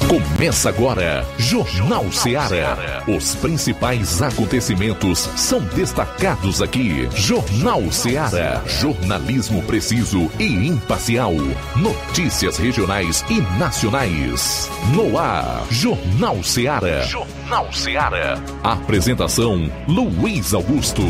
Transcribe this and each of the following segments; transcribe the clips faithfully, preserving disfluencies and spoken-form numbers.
Começa agora, Jornal Ceará. Os principais acontecimentos são destacados aqui. Jornal Ceará. Jornalismo preciso e imparcial. Notícias regionais e nacionais. No ar, Jornal Ceará. Jornal Ceará. Apresentação, Luiz Augusto.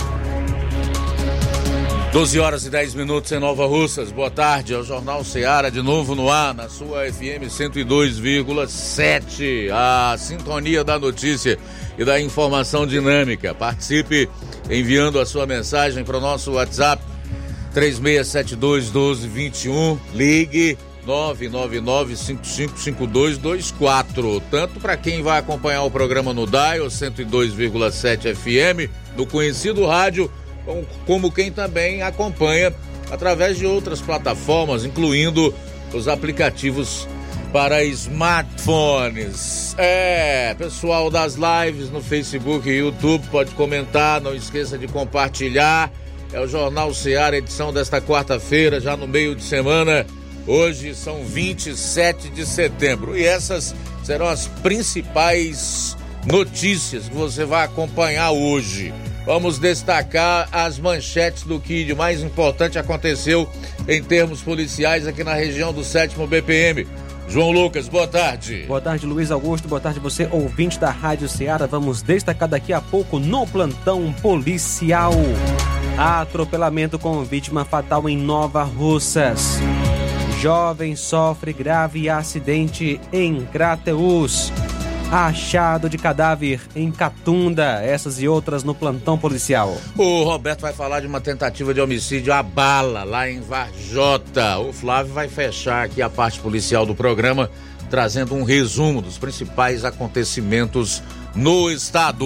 doze horas e dez minutos em Nova Russas. Boa tarde, é o Jornal Ceará de novo no ar, na sua F M cento e dois vírgula sete. A sintonia da notícia e da informação dinâmica. Participe enviando a sua mensagem para o nosso WhatsApp três seis sete dois, um dois dois um. Ligue nove nove nove, cinco cinco cinco dois dois quatro. Tanto para quem vai acompanhar o programa no Dial cento e dois vírgula sete F M, do conhecido rádio, como quem também acompanha através de outras plataformas, incluindo os aplicativos para smartphones. É, pessoal das lives no Facebook e YouTube, pode comentar, não esqueça de compartilhar. É o Jornal Ceará, edição desta quarta-feira, já no meio de semana. Hoje são vinte e sete de setembro e essas serão as principais notícias que você vai acompanhar hoje. Vamos destacar as manchetes do que de mais importante aconteceu em termos policiais aqui na região do sétimo B P M. João Lucas, boa tarde. Boa tarde, Luiz Augusto. Boa tarde, você, ouvinte da Rádio Ceará. Vamos destacar daqui a pouco no plantão policial. Atropelamento com vítima fatal em Nova Russas. Jovem sofre grave acidente em Crateús. Achado de cadáver em Catunda, essas e outras no plantão policial. O Roberto vai falar de uma tentativa de homicídio à bala lá em Varjota. O Flávio vai fechar aqui a parte policial do programa, trazendo um resumo dos principais acontecimentos no estado.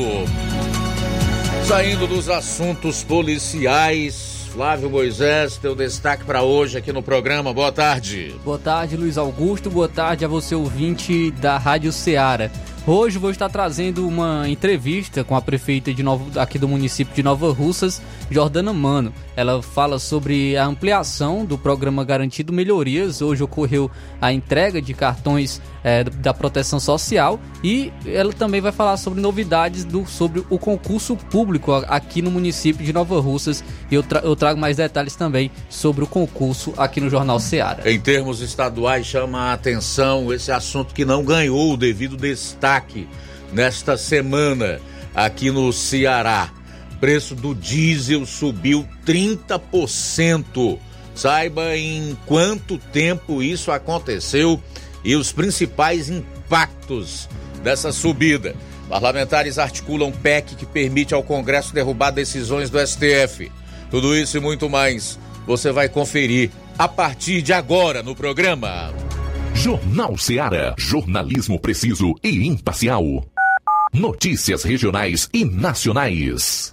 Saindo dos assuntos policiais, Flávio Moisés, teu destaque para hoje aqui no programa. Boa tarde. Boa tarde, Luiz Augusto. Boa tarde a você, ouvinte da Rádio Ceará. Hoje vou estar trazendo uma entrevista com a prefeita de Novo, aqui do município de Nova Russas, Jordana Mano. Ela fala sobre a ampliação do programa Garantido Melhorias. Hoje ocorreu a entrega de cartões é, da proteção social e ela também vai falar sobre novidades do, sobre o concurso público aqui no município de Nova Russas. E eu, tra- eu trago mais detalhes também sobre o concurso aqui no Jornal Ceará. Em termos estaduais, chama a atenção esse assunto que não ganhou o devido destaque nesta semana aqui no Ceará. Preço do diesel subiu trinta por cento. Saiba em quanto tempo isso aconteceu e os principais impactos dessa subida. Parlamentares articulam P E C que permite ao Congresso derrubar decisões do S T F. Tudo isso e muito mais você vai conferir a partir de agora no programa. Jornal Ceará. Jornalismo preciso e imparcial. Notícias regionais e nacionais.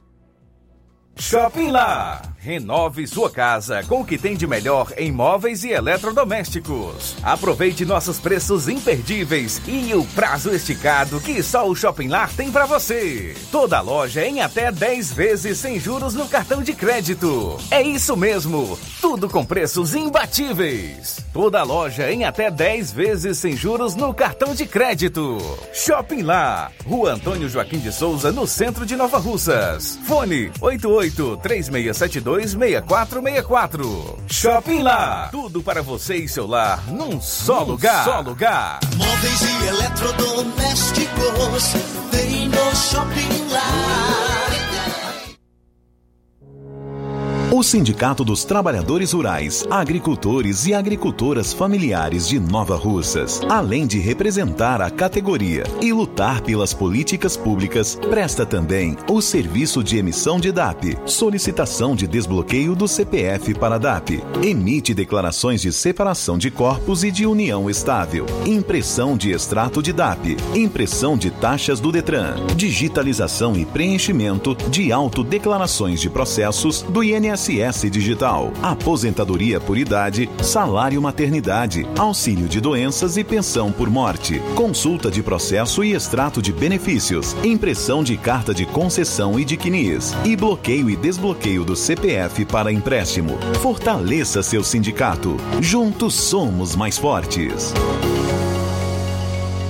Shopping Lá. Renove sua casa com o que tem de melhor em móveis e eletrodomésticos. Aproveite nossos preços imperdíveis e o prazo esticado que só o Shopping Lá tem para você. Toda loja em até dez vezes sem juros no cartão de crédito. É isso mesmo, tudo com preços imbatíveis. Toda loja em até dez vezes sem juros no cartão de crédito. Shopping Lá, Rua Antônio Joaquim de Souza, no centro de Nova Russas. Fone oito oito três seis sete dois seis quatro seis quatro. Shopping Lá, tudo para você e seu lar num só num lugar. Só lugar. Móveis e eletrodomésticos, vem no Shopping Lá. O Sindicato dos Trabalhadores Rurais, Agricultores e Agricultoras Familiares de Nova Russas, além de representar a categoria e lutar pelas políticas públicas, presta também o serviço de emissão de D A P, solicitação de desbloqueio do C P F para D A P, emite declarações de separação de corpos e de união estável, impressão de extrato de D A P, impressão de taxas do Detran, digitalização e preenchimento de autodeclarações de processos do I N S S Digital, aposentadoria por idade, salário maternidade, auxílio de doenças e pensão por morte, consulta de processo e extrato de benefícios, impressão de carta de concessão e de C N I S, e bloqueio e desbloqueio do C P F para empréstimo. Fortaleça seu sindicato. Juntos somos mais fortes.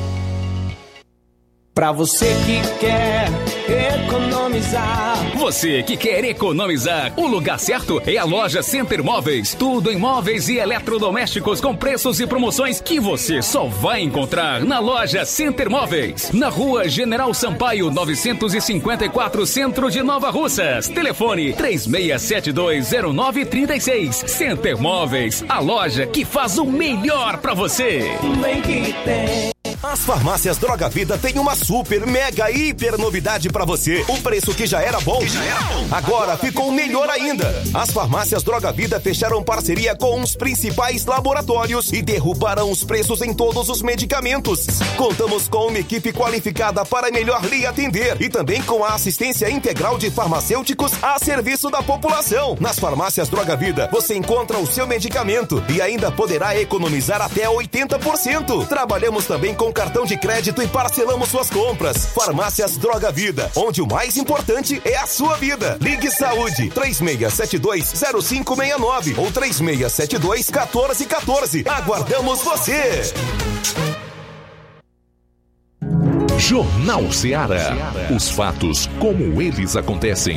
Pra você que quer economizar. Você que quer economizar, o lugar certo é a loja Center Móveis. Tudo em móveis e eletrodomésticos com preços e promoções que você só vai encontrar na loja Center Móveis. Na rua General Sampaio, novecentos e cinquenta e quatro, Centro de Nova Russas. Telefone três seis sete dois zero nove três seis. Center Móveis, a loja que faz o melhor pra você. Bem que tem. As farmácias Droga Vida tem uma super, mega, hiper novidade pra você. O preço que já era bom, que já era bom. Agora ficou melhor ainda. As farmácias Droga Vida fecharam parceria com os principais laboratórios e derrubaram os preços em todos os medicamentos. Contamos com uma equipe qualificada para melhor lhe atender e também com a assistência integral de farmacêuticos a serviço da população. Nas farmácias Droga Vida, você encontra o seu medicamento e ainda poderá economizar até oitenta por cento. Trabalhamos também com cartão de crédito e parcelamos suas compras. Farmácias Droga Vida, onde o mais importante é a sua vida. Ligue Saúde três seis sete dois zero cinco seis nove ou três seis sete dois um quatro um quatro. Aguardamos você! Jornal Ceará. Os fatos como eles acontecem.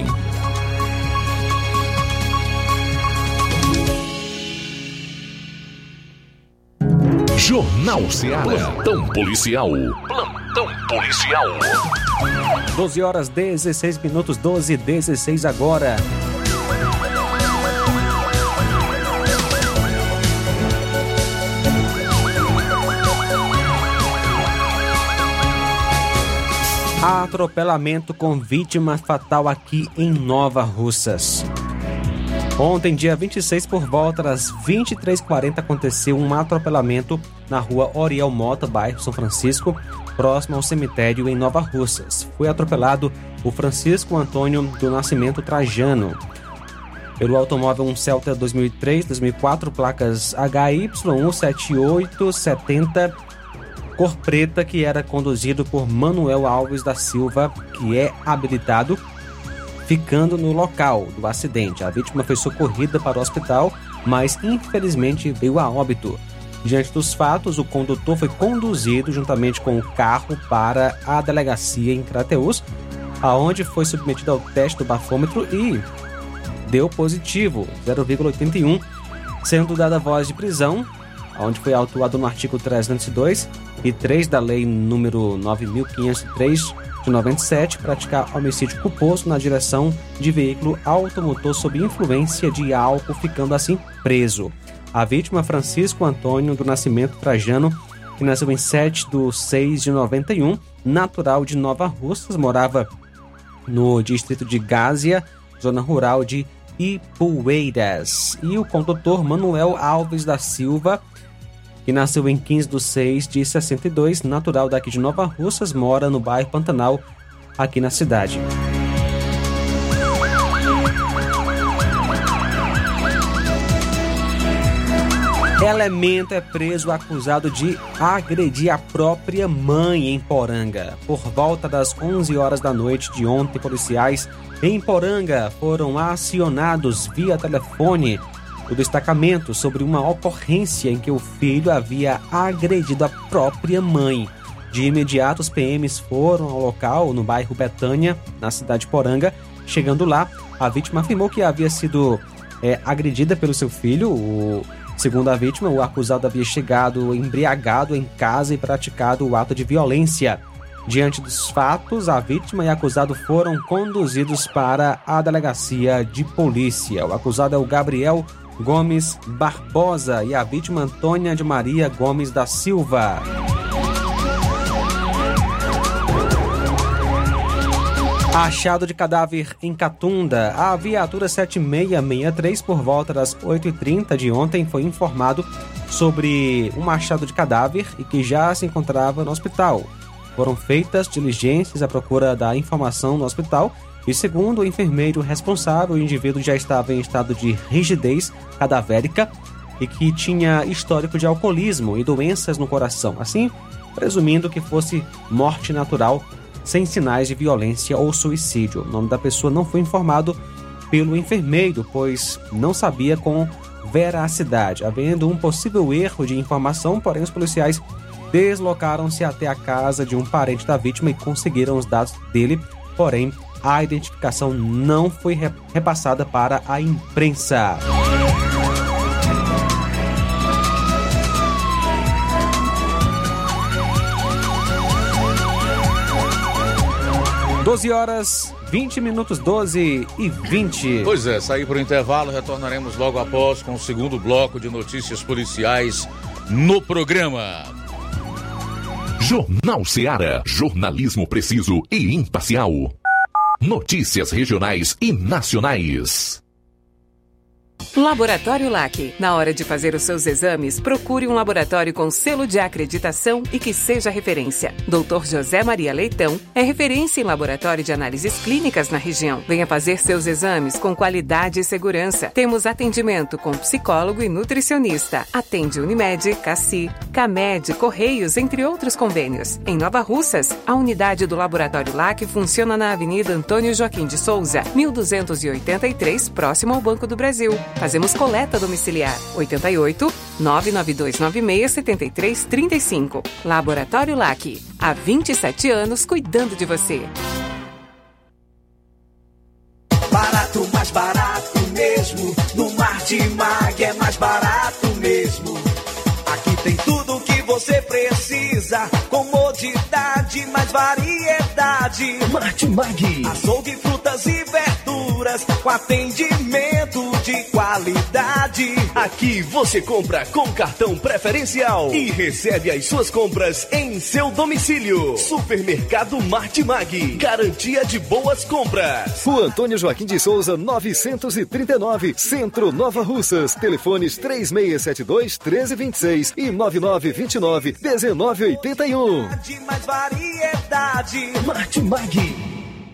Jornal Ceará. Plantão policial. Plantão policial. doze horas dezesseis minutos, doze e dezesseis agora. Atropelamento com vítima fatal aqui em Nova Russas. Ontem, dia vinte e seis, por volta das vinte e três e quarenta, aconteceu um atropelamento na rua Oriel Mota, bairro São Francisco, próximo ao cemitério em Nova Russas. Foi atropelado o Francisco Antônio do Nascimento Trajano pelo automóvel um Celta dois mil e três, dois mil e quatro, placas H Y um sete oito sete zero, cor preta, que era conduzido por Manuel Alves da Silva, que é habilitado, ficando no local do acidente. A vítima foi socorrida para o hospital, mas infelizmente veio a óbito. Diante dos fatos, o condutor foi conduzido juntamente com o carro para a delegacia em Crateús, aonde foi submetido ao teste do bafômetro e deu positivo, zero vírgula oitenta e um, sendo dada voz de prisão, onde foi autuado no artigo trezentos e dois e três da Lei número nove mil quinhentos e três de noventa e sete, praticar homicídio culposo na direção de veículo automotor sob influência de álcool, ficando assim preso. A vítima, Francisco Antônio do Nascimento Trajano, que nasceu em sete de seis de noventa e um, natural de Nova Russas, morava no distrito de Gásia, zona rural de Ipueiras. E o condutor Manuel Alves da Silva, que nasceu em quinze de seis de sessenta e dois, natural daqui de Nova Russas, mora no bairro Pantanal, aqui na cidade. Elemento é preso acusado de agredir a própria mãe em Poranga. Por volta das onze horas da noite de ontem, policiais em Poranga foram acionados via telefone do destacamento sobre uma ocorrência em que o filho havia agredido a própria mãe. De imediato, os P Ms foram ao local, no bairro Betânia, na cidade de Poranga. Chegando lá, a vítima afirmou que havia sido é, agredida pelo seu filho. O, segundo a vítima, o acusado havia chegado embriagado em casa e praticado o ato de violência. Diante dos fatos, a vítima e o acusado foram conduzidos para a delegacia de polícia. O acusado é o Gabriel Gomes Barbosa e a vítima Antônia de Maria Gomes da Silva. Achado de cadáver em Catunda. A viatura sete seis seis três, por volta das oito e trinta de ontem, foi informado sobre um achado de cadáver e que já se encontrava no hospital. Foram feitas diligências à procura da informação no hospital e, segundo o enfermeiro responsável, o indivíduo já estava em estado de rigidez cadavérica e que tinha histórico de alcoolismo e doenças no coração, assim, presumindo que fosse morte natural sem sinais de violência ou suicídio. O nome da pessoa não foi informado pelo enfermeiro, pois não sabia com veracidade. Havendo um possível erro de informação, porém os policiais deslocaram-se até a casa de um parente da vítima e conseguiram os dados dele, porém a identificação não foi repassada para a imprensa. doze horas, vinte minutos, doze e vinte. Pois é, sair para o intervalo, retornaremos logo após com o segundo bloco de notícias policiais no programa. Jornal Ceará, jornalismo preciso e imparcial. Notícias regionais e nacionais. Laboratório L A C. Na hora de fazer os seus exames, procure um laboratório com selo de acreditação e que seja referência. doutor José Maria Leitão é referência em laboratório de análises clínicas na região. Venha fazer seus exames com qualidade e segurança. Temos atendimento com psicólogo e nutricionista. Atende Unimed, Cassi, Camed, Correios, entre outros convênios. Em Nova Russas, a unidade do Laboratório L A C funciona na Avenida Antônio Joaquim de Souza, mil duzentos e oitenta e três, próximo ao Banco do Brasil. Fazemos coleta domiciliar. oito oito, nove nove dois nove seis, sete três três cinco. Laboratório L A C. Há vinte e sete anos cuidando de você. Barato, mais barato mesmo. No Martimag é mais barato mesmo. Aqui tem tudo o que você precisa. Comodidade, mais variedade. Martimag. Açougue, frutas e verduras com atendimento de qualidade. Aqui você compra com cartão preferencial e recebe as suas compras em seu domicílio. Supermercado Martimag. Garantia de boas compras. Rua Antônio Joaquim de Souza, novecentos e trinta e nove, Centro, Nova Russas. Telefones três seis sete dois, um três dois seis e nove nove dois nove, um nove oito um. Mais variedade. Martimag.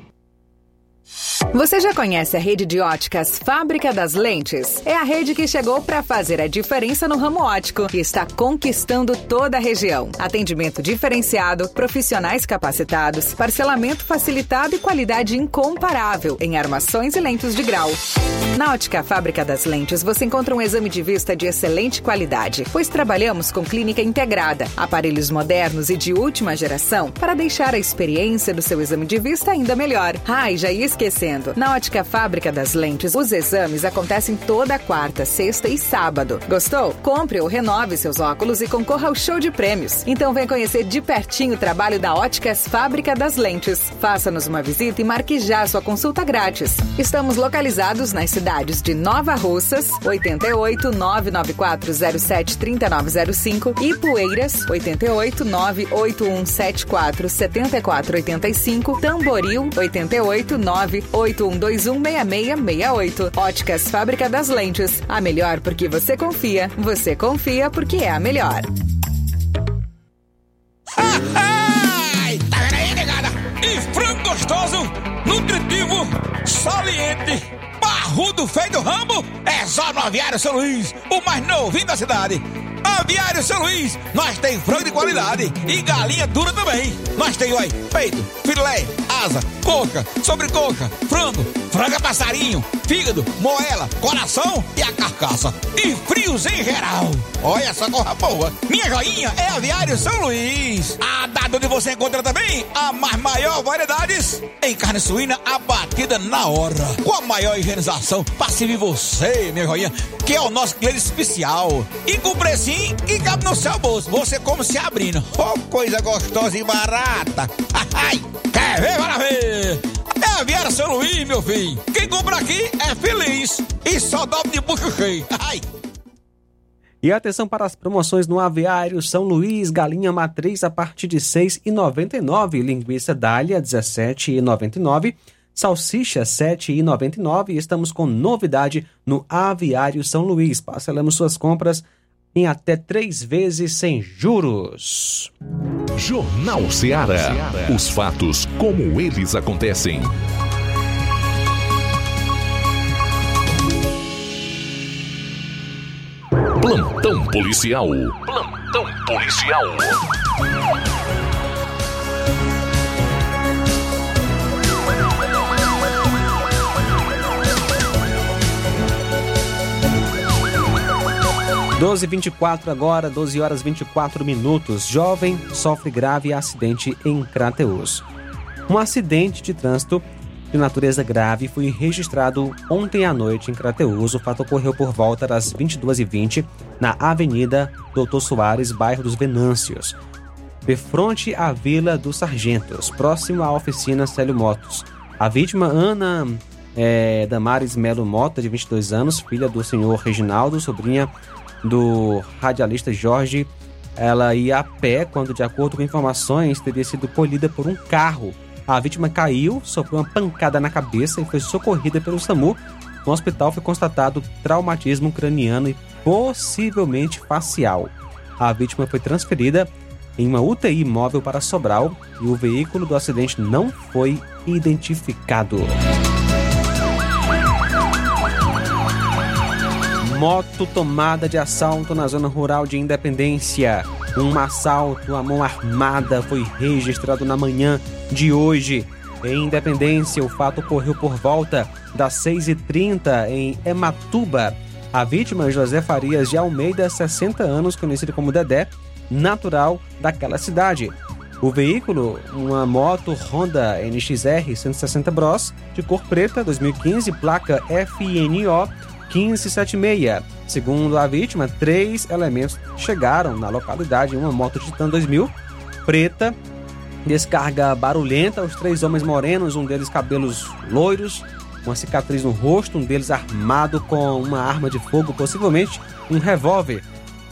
Você já conhece a rede de óticas Fábrica das Lentes? É a rede que chegou para fazer a diferença no ramo óptico e está conquistando toda a região. Atendimento diferenciado, profissionais capacitados, parcelamento facilitado e qualidade incomparável em armações e lentes de grau. Na Ótica Fábrica das Lentes você encontra um exame de vista de excelente qualidade, pois trabalhamos com clínica integrada, aparelhos modernos e de última geração para deixar a experiência do seu exame de vista ainda melhor. Ah, e já ia esquecendo. Na Ótica Fábrica das Lentes, os exames acontecem toda quarta, sexta e sábado. Gostou? Compre ou renove seus óculos e concorra ao show de prêmios. Então vem conhecer de pertinho o trabalho da Óticas Fábrica das Lentes. Faça-nos uma visita e marque já sua consulta grátis. Estamos localizados nas cidades de Nova Russas, oito oito, nove nove quatro zero sete, três nove zero cinco e Poeiras, oito oito, nove oito um sete quatro, sete quatro oito cinco, Tamboril, oito oito, nove oito um dois um seis seis seis oito. Óticas Fábrica das Lentes. A melhor porque você confia. Você confia porque é a melhor. Ai, tá vendo aí, negada? E frango gostoso, nutritivo, saliente, barrudo, feio do rambo, é só no Aviário São Luís, o mais novinho da cidade. Aviário São Luís, nós tem frango de qualidade e galinha dura também. Nós tem, oi, peito, filé, asa, coxa, sobrecoxa, frango, franga passarinho, fígado, moela, coração e a carcaça. E frios em geral. Olha essa corra boa. Minha joinha é Aviário São Luís. A data onde você encontra também a mais maior variedades em carne suína abatida na hora. Com a maior higienização para servir você, minha joinha, que é o nosso cliente especial. E com precinho que cabe no seu bolso. Você come se abrindo. Oh, coisa gostosa e barata. Ai, quer ver? Bora ver. É Aviário São Luís, meu filho. Quem compra aqui é feliz. E só dobra de bucho cheio. Ai. E atenção para as promoções no Aviário São Luís. Galinha matriz a partir de seis reais e noventa e nove centavos. Linguiça dália dezessete reais e noventa e nove centavos. Salsicha sete reais e noventa e nove centavos. E estamos com novidade no Aviário São Luís. Parcelamos suas compras em até três vezes sem juros. Jornal Ceará. Os fatos como eles acontecem. Plantão policial. Plantão policial. doze e vinte e quatro agora, doze horas e vinte e quatro minutos. Jovem sofre grave acidente em Crateús. Um acidente de trânsito de natureza grave foi registrado ontem à noite em Crateús. O fato ocorreu por volta das vinte e duas e vinte na Avenida Doutor Soares, bairro dos Venâncios, de frente à Vila dos Sargentos, próximo à oficina Célio Motos. A vítima, Ana é, Damares Melo Mota, de vinte e dois anos, filha do senhor Reginaldo, sobrinha do radialista Jorge. Ela ia a pé quando, de acordo com informações, teria sido colhida por um carro. A vítima caiu, sofreu uma pancada na cabeça e foi socorrida pelo SAMU. No hospital foi constatado traumatismo craniano e possivelmente facial. A vítima foi transferida em uma U T I móvel para Sobral e o veículo do acidente não foi identificado. Moto tomada de assalto na zona rural de Independência. Um assalto à mão armada foi registrado na manhã de hoje. Em Independência, o fato ocorreu por volta das seis e trinta em Ematuba. A vítima, José Farias de Almeida, sessenta anos, conhecido como Dedé, natural daquela cidade. O veículo, uma moto Honda N X R cento e sessenta Bros, de cor preta, dois mil e quinze, placa F N O quinze setenta e seis. Segundo a vítima, três elementos chegaram na localidade em uma moto Titan dois mil, preta, descarga barulhenta. Os três homens morenos, um deles cabelos loiros, uma cicatriz no rosto, um deles armado com uma arma de fogo, possivelmente um revólver.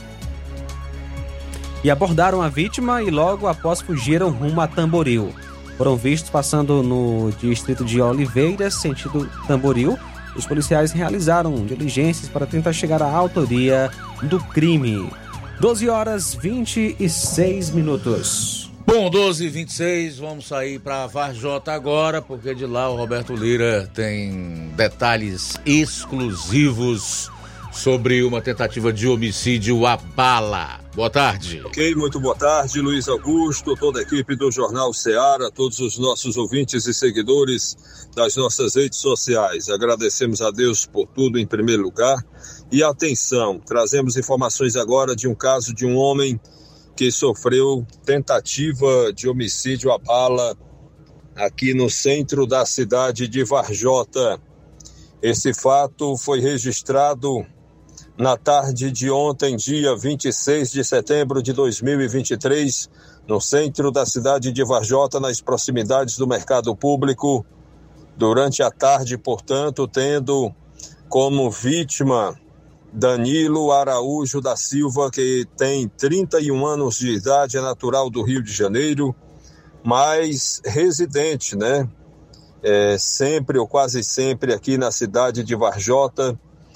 E abordaram a vítima e logo após fugiram rumo a Tamboril. Foram vistos passando no distrito de Oliveiras, sentido Tamboril. Os policiais realizaram diligências para tentar chegar à autoria do crime. doze horas e vinte e seis minutos. Bom, doze e vinte e seis, vamos sair para Varjota agora, porque de lá o Roberto Lira tem detalhes exclusivos sobre uma tentativa de homicídio à bala. Boa tarde. Ok, muito boa tarde, Luiz Augusto, toda a equipe do Jornal Ceará, todos os nossos ouvintes e seguidores das nossas redes sociais. Agradecemos a Deus por tudo em primeiro lugar. E atenção, trazemos informações agora de um caso de um homem que sofreu tentativa de homicídio à bala aqui no centro da cidade de Varjota. Esse fato foi registrado na tarde de ontem, dia vinte e seis de setembro de dois mil e vinte e três, no centro da cidade de Varjota, nas proximidades do mercado público, durante a tarde, portanto, tendo como vítima Danilo Araújo da Silva, que tem trinta e um anos de idade, é natural do Rio de Janeiro, mas residente, né? É, sempre ou quase sempre aqui na cidade de Varjota.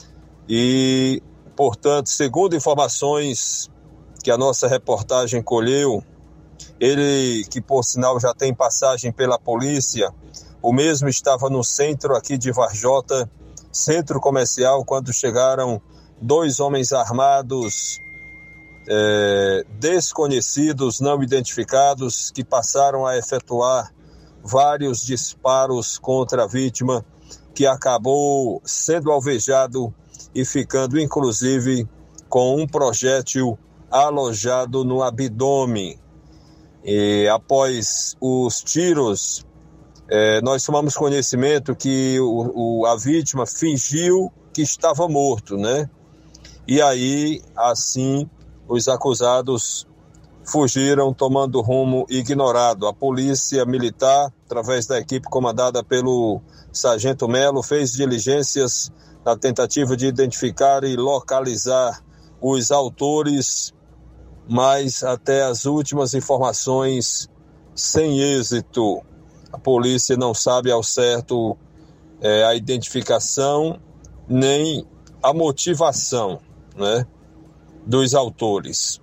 E, portanto, segundo informações que a nossa reportagem colheu, ele, que por sinal já tem passagem pela polícia, o mesmo estava no centro aqui de Varjota, centro comercial, quando chegaram dois homens armados, é, desconhecidos, não identificados, que passaram a efetuar vários disparos contra a vítima, que acabou sendo alvejado e ficando, inclusive, com um projétil alojado no abdômen. E após os tiros, eh, nós tomamos conhecimento que o, o, a vítima fingiu que estava morto, né? E aí, assim, os acusados fugiram tomando rumo ignorado. A polícia militar, através da equipe comandada pelo Sargento Melo, fez diligências na tentativa de identificar e localizar os autores, mas até as últimas informações sem êxito. A polícia não sabe ao certo é, a identificação nem a motivação, né, dos autores.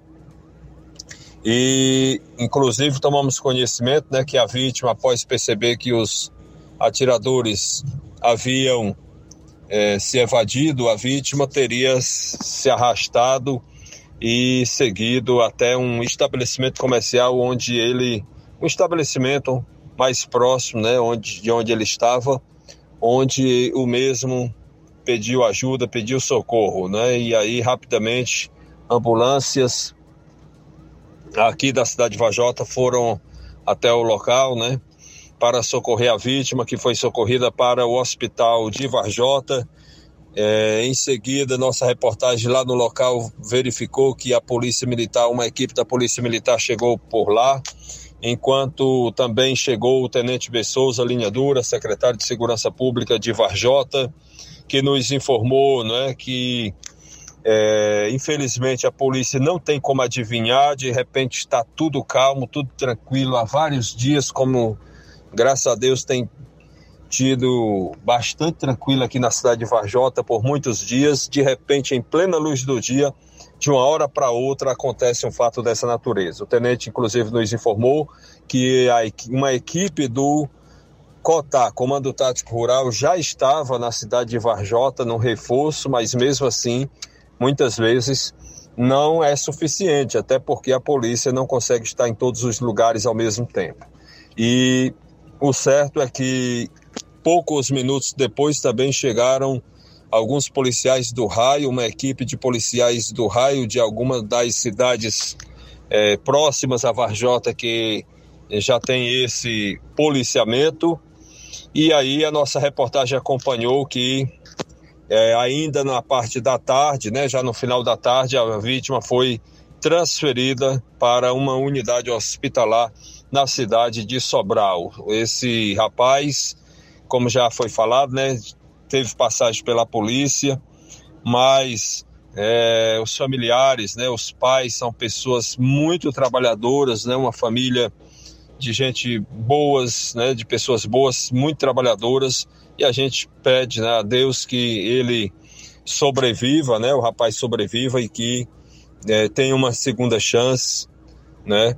E, inclusive, tomamos conhecimento, né, que a vítima, após perceber que os atiradores haviam é, se evadido, a vítima teria se arrastado e seguido até um estabelecimento comercial onde ele, um estabelecimento mais próximo, né, onde, de onde ele estava, onde o mesmo pediu ajuda, pediu socorro, né, e aí rapidamente ambulâncias aqui da cidade de Varjota foram até o local, né, para socorrer a vítima, que foi socorrida para o hospital de Varjota. É, em seguida, nossa reportagem lá no local verificou que a Polícia Militar, uma equipe da Polícia Militar chegou por lá, enquanto também chegou o Tenente B. Souza Linha Dura, secretário de Segurança Pública de Varjota, que nos informou, né, que é, infelizmente a polícia não tem como adivinhar, de repente está tudo calmo, tudo tranquilo há vários dias, como graças a Deus tem tido bastante tranquilo aqui na cidade de Varjota por muitos dias. De repente, em plena luz do dia, de uma hora para outra, acontece um fato dessa natureza. O tenente, inclusive, nos informou que a, uma equipe do COTAR, Comando Tático Rural, já estava na cidade de Varjota, num reforço, mas mesmo assim, muitas vezes não é suficiente, até porque a polícia não consegue estar em todos os lugares ao mesmo tempo. E o certo é que poucos minutos depois também chegaram alguns policiais do raio, uma equipe de policiais do raio de alguma das cidades é, próximas a Varjota que já tem esse policiamento. E aí a nossa reportagem acompanhou que é, ainda na parte da tarde, né, já no final da tarde, a vítima foi transferida para uma unidade hospitalar na cidade de Sobral. Esse rapaz, como já foi falado, né, teve passagem pela polícia, mas é, os familiares, né, os pais são pessoas muito trabalhadoras, né, uma família de gente boas, né, de pessoas boas, muito trabalhadoras, e a gente pede, né, a Deus que ele sobreviva, né, o rapaz sobreviva e que é, tenha uma segunda chance, né,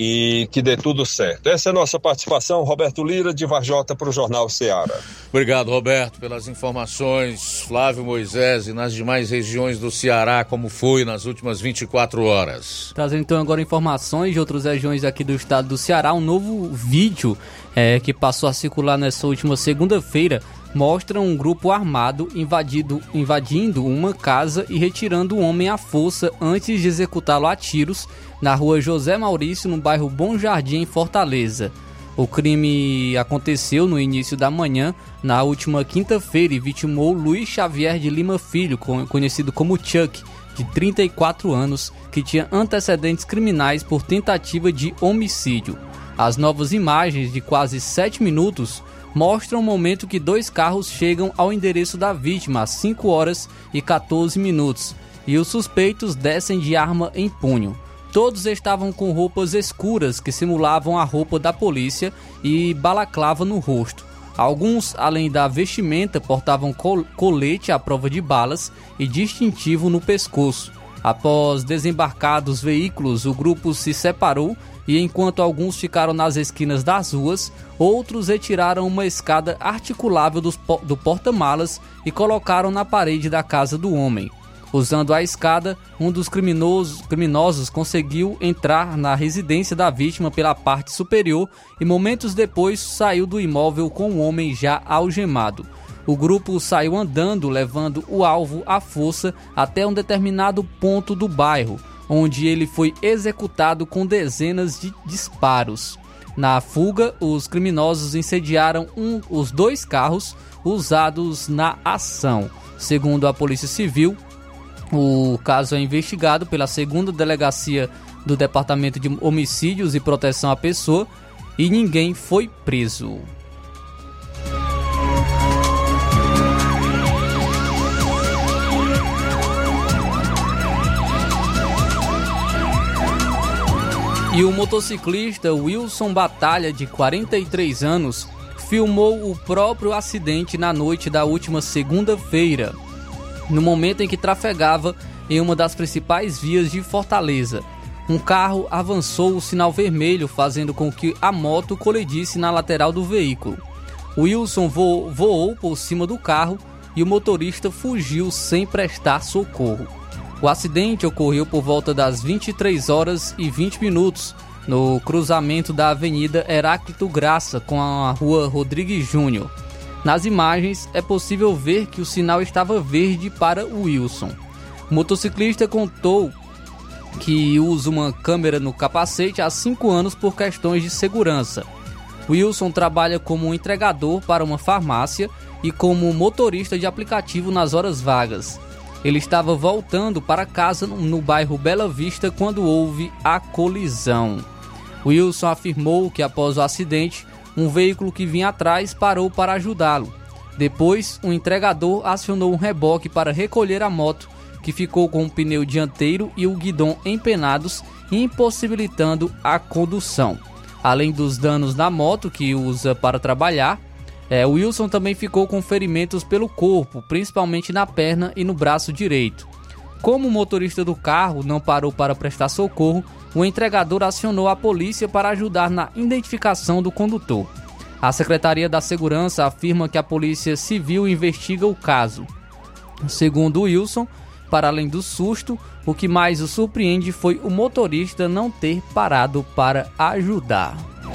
e que dê tudo certo. Essa é a nossa participação. Roberto Lira, de Varjota, para o Jornal Ceará. Obrigado, Roberto, pelas informações. Flávio Moisés, e nas demais regiões do Ceará, como foi nas últimas vinte e quatro horas? Trazendo então agora informações de outras regiões aqui do estado do Ceará. Um novo vídeo é, que passou a circular nessa última segunda-feira mostra um grupo armado invadido, invadindo uma casa e retirando um homem à força antes de executá-lo a tiros na rua José Maurício, no bairro Bom Jardim, em Fortaleza. O crime aconteceu no início da manhã, na última quinta-feira, e vitimou Luiz Xavier de Lima Filho, conhecido como Chuck, de trinta e quatro anos, que tinha antecedentes criminais por tentativa de homicídio. As novas imagens, de quase sete minutos, mostram o momento que dois carros chegam ao endereço da vítima às cinco horas e quatorze minutos e os suspeitos descem de arma em punho. Todos estavam com roupas escuras que simulavam a roupa da polícia e balaclava no rosto. Alguns, além da vestimenta, portavam col- colete à prova de balas e distintivo no pescoço. Após desembarcar dos veículos, o grupo se separou e enquanto alguns ficaram nas esquinas das ruas, outros retiraram uma escada articulável do, do porta-malas e colocaram na parede da casa do homem. Usando a escada, um dos criminosos, criminosos conseguiu entrar na residência da vítima pela parte superior e momentos depois saiu do imóvel com o homem já algemado. O grupo saiu andando, levando o alvo à força até um determinado ponto do bairro, onde ele foi executado com dezenas de disparos. Na fuga, os criminosos incendiaram um, os dois carros usados na ação. Segundo a Polícia Civil, o caso é investigado pela segunda Delegacia do Departamento de Homicídios e Proteção à Pessoa e ninguém foi preso. E o motociclista Wilson Batalha, de quarenta e três anos, filmou o próprio acidente na noite da última segunda-feira, no momento em que trafegava em uma das principais vias de Fortaleza. Um carro avançou o sinal vermelho, fazendo com que a moto colidisse na lateral do veículo. Wilson vo- voou por cima do carro e o motorista fugiu sem prestar socorro. O acidente ocorreu por volta das vinte e três horas e vinte minutos, no cruzamento da Avenida Heráclito Graça com a Rua Rodrigues Júnior. Nas imagens, é possível ver que o sinal estava verde para o Wilson. O motociclista contou que usa uma câmera no capacete há cinco anos por questões de segurança. Wilson trabalha como entregador para uma farmácia e como motorista de aplicativo nas horas vagas. Ele estava voltando para casa no bairro Bela Vista quando houve a colisão. Wilson afirmou que após o acidente, um veículo que vinha atrás parou para ajudá-lo. Depois, o entregador acionou um reboque para recolher a moto, que ficou com o pneu dianteiro e o guidão empenados, impossibilitando a condução. Além dos danos na moto que usa para trabalhar, é, Wilson também ficou com ferimentos pelo corpo, principalmente na perna e no braço direito. Como o motorista do carro não parou para prestar socorro, o entregador acionou a polícia para ajudar na identificação do condutor. A Secretaria da Segurança afirma que a Polícia Civil investiga o caso. Segundo Wilson, para além do susto, o que mais o surpreende foi o motorista não ter parado para ajudar.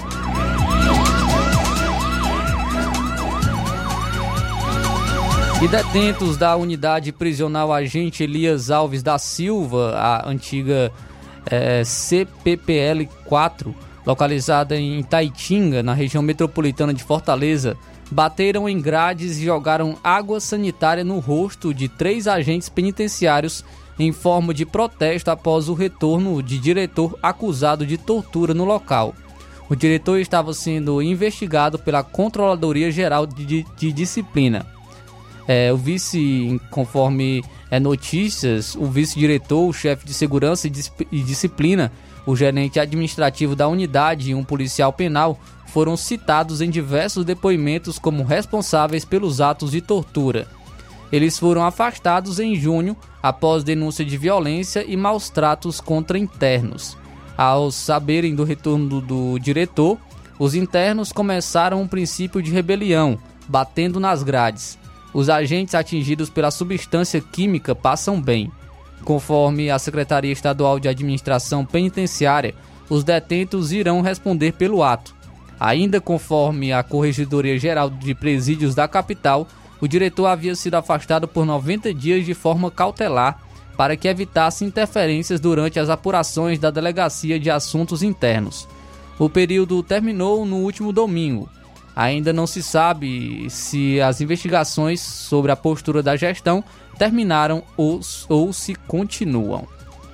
E detentos da unidade prisional Agente Elias Alves da Silva, a antiga é, C P P L quatro, localizada em Itaitinga, na região metropolitana de Fortaleza, bateram em grades e jogaram água sanitária no rosto de três agentes penitenciários em forma de protesto após o retorno de diretor acusado de tortura no local. O diretor estava sendo investigado pela Controladoria Geral de, de Disciplina. É, o vice, conforme é, notícias, o vice-diretor, o chefe de segurança e, dis- e disciplina, o gerente administrativo da unidade e um policial penal foram citados em diversos depoimentos como responsáveis pelos atos de tortura. Eles foram afastados em junho após denúncia de violência e maus tratos contra internos. Ao saberem do retorno do, do diretor, os internos começaram um princípio de rebelião, batendo nas grades. Os agentes atingidos pela substância química passam bem. Conforme a Secretaria Estadual de Administração Penitenciária, os detentos irão responder pelo ato. Ainda conforme a Corregedoria Geral de Presídios da capital, o diretor havia sido afastado por noventa dias de forma cautelar para que evitasse interferências durante as apurações da Delegacia de Assuntos Internos. O período terminou no último domingo. Ainda não se sabe se as investigações sobre a postura da gestão terminaram ou, ou se continuam.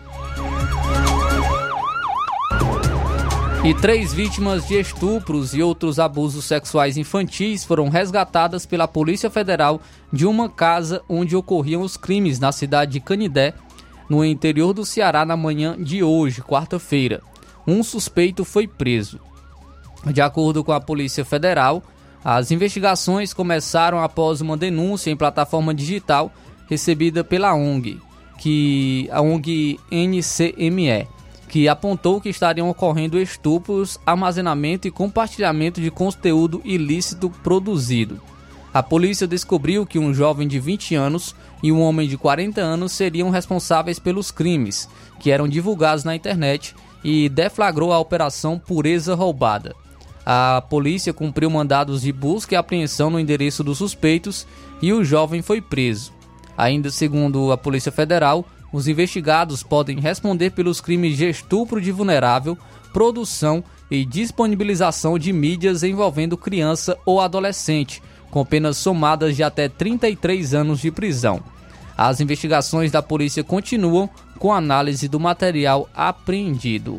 E três vítimas de estupros e outros abusos sexuais infantis foram resgatadas pela Polícia Federal de uma casa onde ocorriam os crimes na cidade de Canidé, no interior do Ceará, na manhã de hoje, quarta-feira. Um suspeito foi preso. De acordo com a Polícia Federal, as investigações começaram após uma denúncia em plataforma digital recebida pela O N G, que, a O N G N C M E, que apontou que estariam ocorrendo estupros, armazenamento e compartilhamento de conteúdo ilícito produzido. A polícia descobriu que um jovem de vinte anos e um homem de quarenta anos seriam responsáveis pelos crimes, que eram divulgados na internet, e deflagrou a Operação Pureza Roubada. A polícia cumpriu mandados de busca e apreensão no endereço dos suspeitos e o jovem foi preso. Ainda segundo a Polícia Federal, os investigados podem responder pelos crimes de estupro de vulnerável, produção e disponibilização de mídias envolvendo criança ou adolescente, com penas somadas de até trinta e três anos de prisão. As investigações da polícia continuam com análise do material apreendido.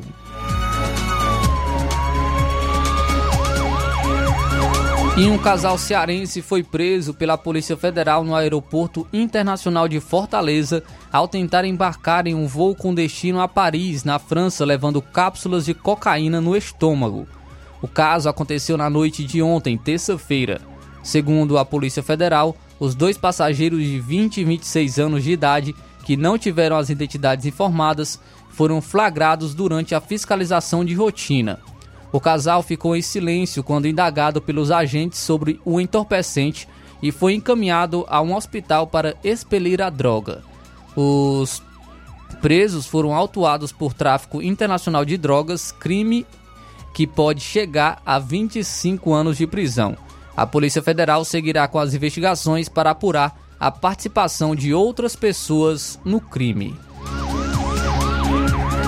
E um casal cearense foi preso pela Polícia Federal no Aeroporto Internacional de Fortaleza ao tentar embarcar em um voo com destino a Paris, na França, levando cápsulas de cocaína no estômago. O caso aconteceu na noite de ontem, terça-feira. Segundo a Polícia Federal, os dois passageiros de vinte e vinte e seis anos de idade, que não tiveram as identidades informadas, foram flagrados durante a fiscalização de rotina. O casal ficou em silêncio quando indagado pelos agentes sobre o entorpecente e foi encaminhado a um hospital para expelir a droga. Os presos foram autuados por tráfico internacional de drogas, crime que pode chegar a vinte e cinco anos de prisão. A Polícia Federal seguirá com as investigações para apurar a participação de outras pessoas no crime.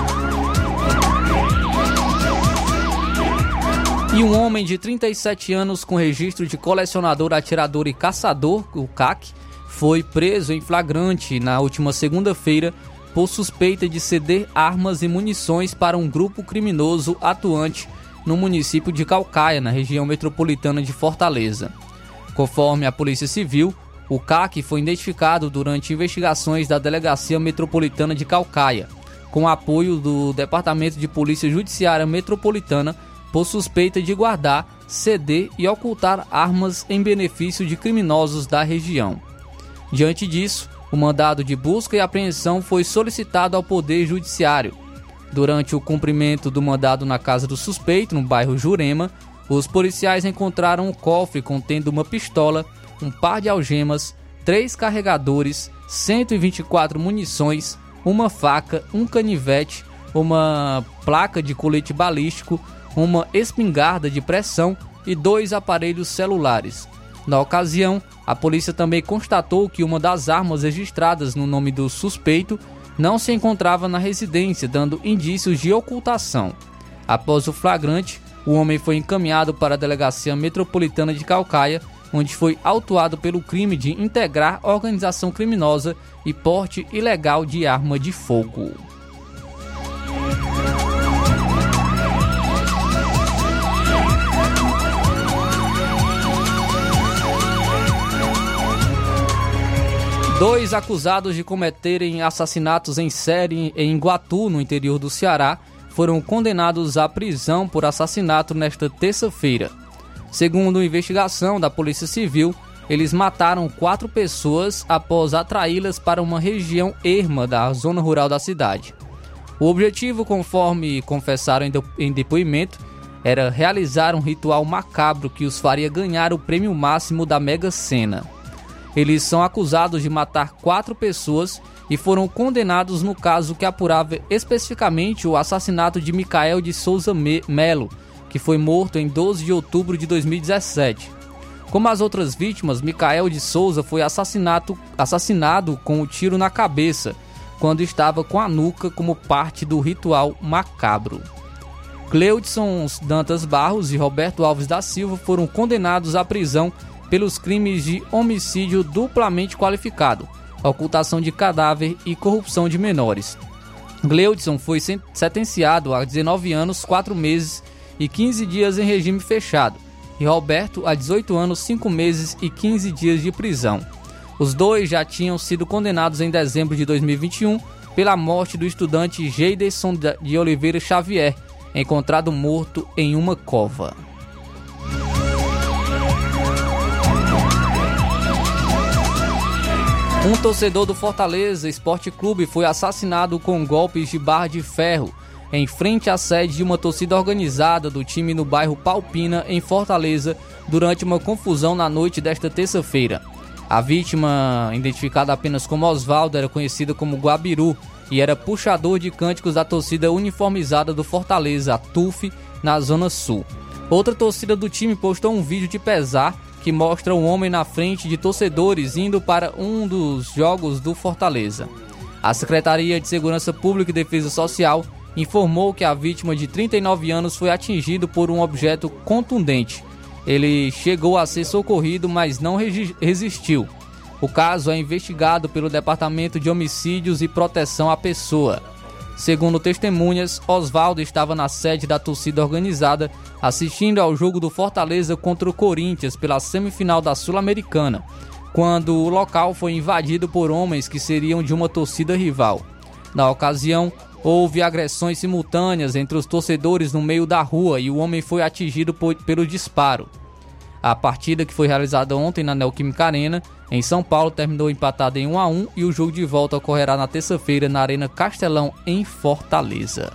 E um homem de trinta e sete anos com registro de colecionador, atirador e caçador, o C A C, foi preso em flagrante na última segunda-feira por suspeita de ceder armas e munições para um grupo criminoso atuante no município de Caucaia, na região metropolitana de Fortaleza. Conforme a Polícia Civil, o C A C foi identificado durante investigações da Delegacia Metropolitana de Caucaia, com apoio do Departamento de Polícia Judiciária Metropolitana, por suspeita de guardar, ceder e ocultar armas em benefício de criminosos da região. Diante disso, o mandado de busca e apreensão foi solicitado ao Poder Judiciário. Durante o cumprimento do mandado na casa do suspeito, no bairro Jurema, os policiais encontraram um cofre contendo uma pistola, um par de algemas, três carregadores, cento e vinte e quatro munições, uma faca, um canivete, uma placa de colete balístico, uma espingarda de pressão e dois aparelhos celulares. Na ocasião, a polícia também constatou que uma das armas registradas no nome do suspeito não se encontrava na residência, dando indícios de ocultação. Após o flagrante, o homem foi encaminhado para a Delegacia Metropolitana de Caucaia, onde foi autuado pelo crime de integrar organização criminosa e porte ilegal de arma de fogo. Dois acusados de cometerem assassinatos em série em Iguatu, no interior do Ceará, foram condenados à prisão por assassinato nesta terça-feira. Segundo a investigação da Polícia Civil, eles mataram quatro pessoas após atraí-las para uma região erma da zona rural da cidade. O objetivo, conforme confessaram em depoimento, era realizar um ritual macabro que os faria ganhar o prêmio máximo da Mega Sena. Eles são acusados de matar quatro pessoas e foram condenados no caso que apurava especificamente o assassinato de Micael de Souza Melo, que foi morto em doze de outubro de dois mil e dezessete. Como as outras vítimas, Micael de Souza foi assassinado, assassinado com um tiro na cabeça, quando estava com a nuca como parte do ritual macabro. Cleudson Dantas Barros e Roberto Alves da Silva foram condenados à prisão pelos crimes de homicídio duplamente qualificado, ocultação de cadáver e corrupção de menores. Gleudson foi sentenciado a dezenove anos, quatro meses e quinze dias em regime fechado, e Roberto a dezoito anos, cinco meses e quinze dias de prisão. Os dois já tinham sido condenados em dezembro de dois mil e vinte e um pela morte do estudante Geiderson de Oliveira Xavier, encontrado morto em uma cova. Um torcedor do Fortaleza Esporte Clube foi assassinado com golpes de barra de ferro em frente à sede de uma torcida organizada do time no bairro Palpina, em Fortaleza, durante uma confusão na noite desta terça-feira. A vítima, identificada apenas como Osvaldo, era conhecida como Guabiru e era puxador de cânticos da torcida uniformizada do Fortaleza, a T U F, na Zona Sul. Outra torcida do time postou um vídeo de pesar que mostra um homem na frente de torcedores indo para um dos jogos do Fortaleza. A Secretaria de Segurança Pública e Defesa Social informou que a vítima de trinta e nove anos foi atingido por um objeto contundente. Ele chegou a ser socorrido, mas não resistiu. O caso é investigado pelo Departamento de Homicídios e Proteção à Pessoa. Segundo testemunhas, Osvaldo estava na sede da torcida organizada assistindo ao jogo do Fortaleza contra o Corinthians pela semifinal da Sul-Americana, quando o local foi invadido por homens que seriam de uma torcida rival. Na ocasião, houve agressões simultâneas entre os torcedores no meio da rua e o homem foi atingido por, pelo disparo. A partida, que foi realizada ontem na Neoquímica Arena, em São Paulo, terminou empatada em um a um e o jogo de volta ocorrerá na terça-feira na Arena Castelão, em Fortaleza.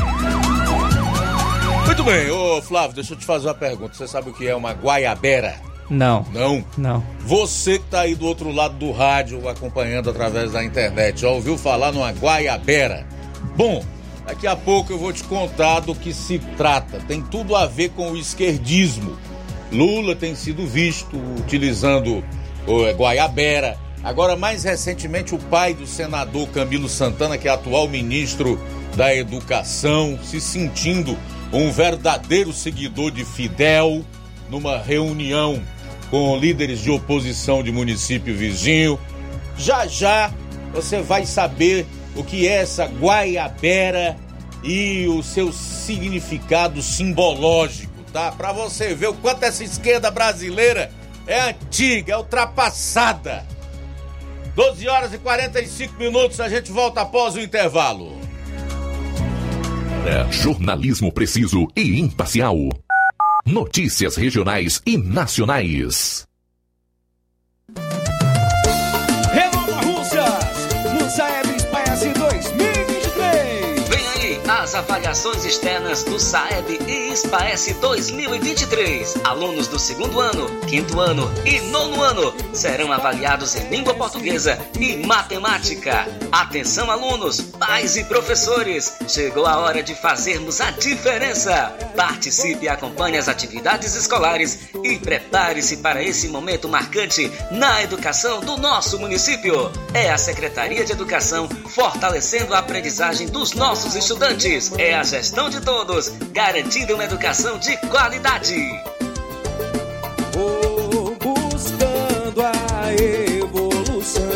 Muito bem, ô Flávio, deixa eu te fazer uma pergunta. Você sabe o que é uma guaiabera? Não. Não? Não. Você que tá aí do outro lado do rádio, acompanhando através da internet, já ouviu falar numa guaiabera? Bom, daqui a pouco eu vou te contar do que se trata. Tem tudo a ver com o esquerdismo. Lula tem sido visto utilizando o guaiabera Agora, mais recentemente, o pai do senador Camilo Santana, que é atual ministro da Educação, se sentindo um verdadeiro seguidor de Fidel, numa reunião com líderes de oposição de município vizinho. Já já você vai saber o que é essa guaiabera e o seu significado simbológico, tá? Pra você ver o quanto essa esquerda brasileira é antiga, é ultrapassada. doze horas e quarenta e cinco minutos, a gente volta após o intervalo. É jornalismo preciso e imparcial. Notícias regionais e nacionais. Renova Russas, no Saeb Espace dois mil e vinte e três. Vem aí as avaliações externas do Saeb e Espace dois mil e vinte e três. Alunos do segundo ano, quinto ano e nono ano serão avaliados em língua portuguesa e matemática. Atenção, alunos, pais e professores, chegou a hora de fazermos a diferença. Participe e acompanhe as atividades escolares e prepare-se para esse momento marcante na educação do nosso município. É a Secretaria de Educação fortalecendo a aprendizagem dos nossos estudantes. É a gestão de todos, garantindo uma educação de qualidade. Vou buscando a evolução.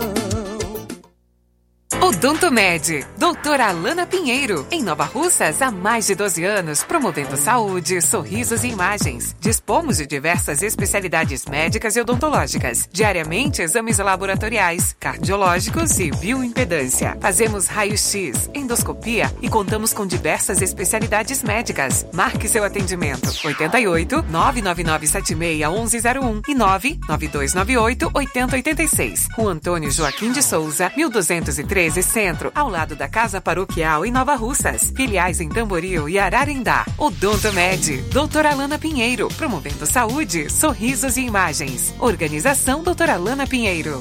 Odonto Med, doutora Alana Pinheiro, em Nova Russas há mais de doze anos, promovendo saúde, sorrisos e imagens. Dispomos de diversas especialidades médicas e odontológicas, diariamente exames laboratoriais, cardiológicos e bioimpedância. Fazemos raio-x, endoscopia e contamos com diversas especialidades médicas. Marque seu atendimento oito oito, nove nove nove sete seis, um um zero um e nove nove dois nove oito, oito zero oito seis. Rua Antônio Joaquim de Souza, mil duzentos e treze Centro, ao lado da Casa Paroquial em Nova Russas. Filiais em Tamboril e Ararendá. Odonto Med, doutora Alana Pinheiro, promovendo saúde, sorrisos e imagens. Organização doutora Alana Pinheiro.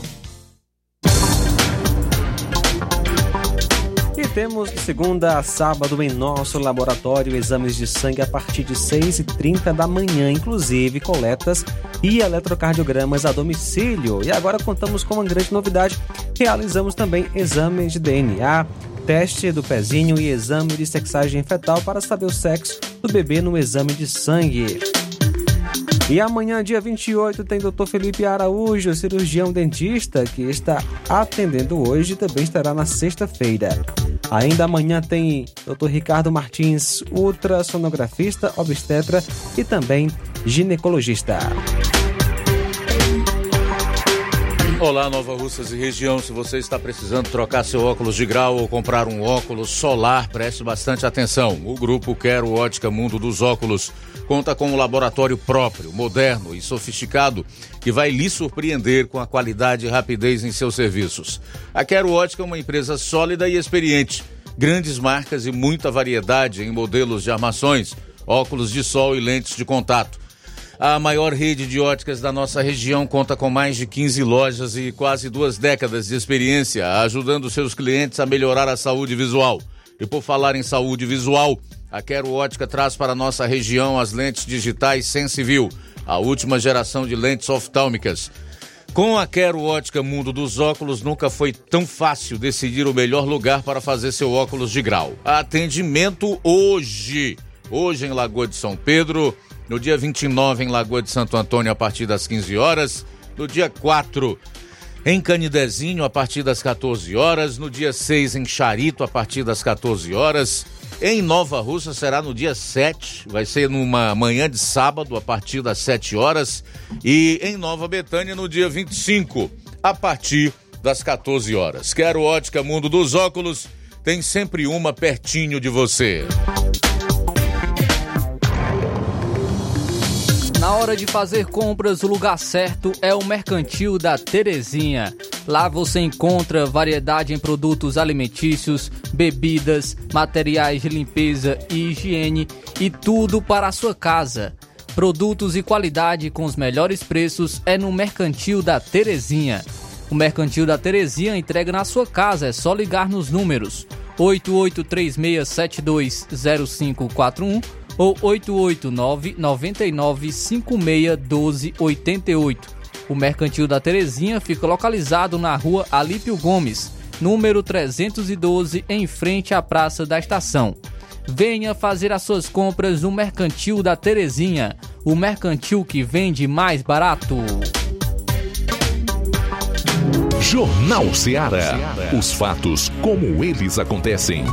E temos de segunda a sábado em nosso laboratório exames de sangue a partir de seis e trinta da manhã, inclusive coletas e eletrocardiogramas a domicílio. E agora contamos com uma grande novidade: realizamos também exames de D N A, teste do pezinho e exame de sexagem fetal para saber o sexo do bebê no exame de sangue. E amanhã, dia vinte e oito, tem doutor Felipe Araújo, cirurgião dentista, que está atendendo hoje e também estará na sexta-feira. Ainda amanhã tem doutor Ricardo Martins, ultrassonografista, obstetra e também ginecologista. Olá, Nova Russas e região. Se você está precisando trocar seu óculos de grau ou comprar um óculos solar, preste bastante atenção. O grupo Quero Ótica Mundo dos Óculos conta com um laboratório próprio, moderno e sofisticado que vai lhe surpreender com a qualidade e rapidez em seus serviços. A Quero Ótica é uma empresa sólida e experiente. Grandes marcas e muita variedade em modelos de armações, óculos de sol e lentes de contato. A maior rede de óticas da nossa região conta com mais de quinze lojas e quase duas décadas de experiência, ajudando seus clientes a melhorar a saúde visual. E por falar em saúde visual, a Quero Ótica traz para a nossa região as lentes digitais Sensiview, a última geração de lentes oftálmicas. Com a Quero Ótica Mundo dos Óculos, nunca foi tão fácil decidir o melhor lugar para fazer seu óculos de grau. Atendimento hoje. Hoje em Lagoa de São Pedro, no dia vinte e nove em Lagoa de Santo Antônio a partir das quinze horas, no dia quatro em Canidezinho a partir das quatorze horas, no dia seis em Charito a partir das quatorze horas, em Nova Russa será no dia sete, vai ser numa manhã de sábado a partir das sete horas, e em Nova Betânia no dia vinte e cinco a partir das quatorze horas. Quero Ótica Mundo dos Óculos, tem sempre uma pertinho de você. Na hora de fazer compras, o lugar certo é o Mercantil da Terezinha. Lá você encontra variedade em produtos alimentícios, bebidas, materiais de limpeza e higiene e tudo para a sua casa. Produtos e qualidade com os melhores preços é no Mercantil da Terezinha. O Mercantil da Terezinha entrega na sua casa, é só ligar nos números oito oito três seis sete dois zero cinco quatro um ou oito oito nove, nove nove cinco seis, um dois oito oito. O Mercantil da Terezinha fica localizado na rua Alípio Gomes, número trezentos e doze, em frente à Praça da Estação. Venha fazer as suas compras no Mercantil da Terezinha, o mercantil que vende mais barato. Jornal Ceará. Os fatos como eles acontecem.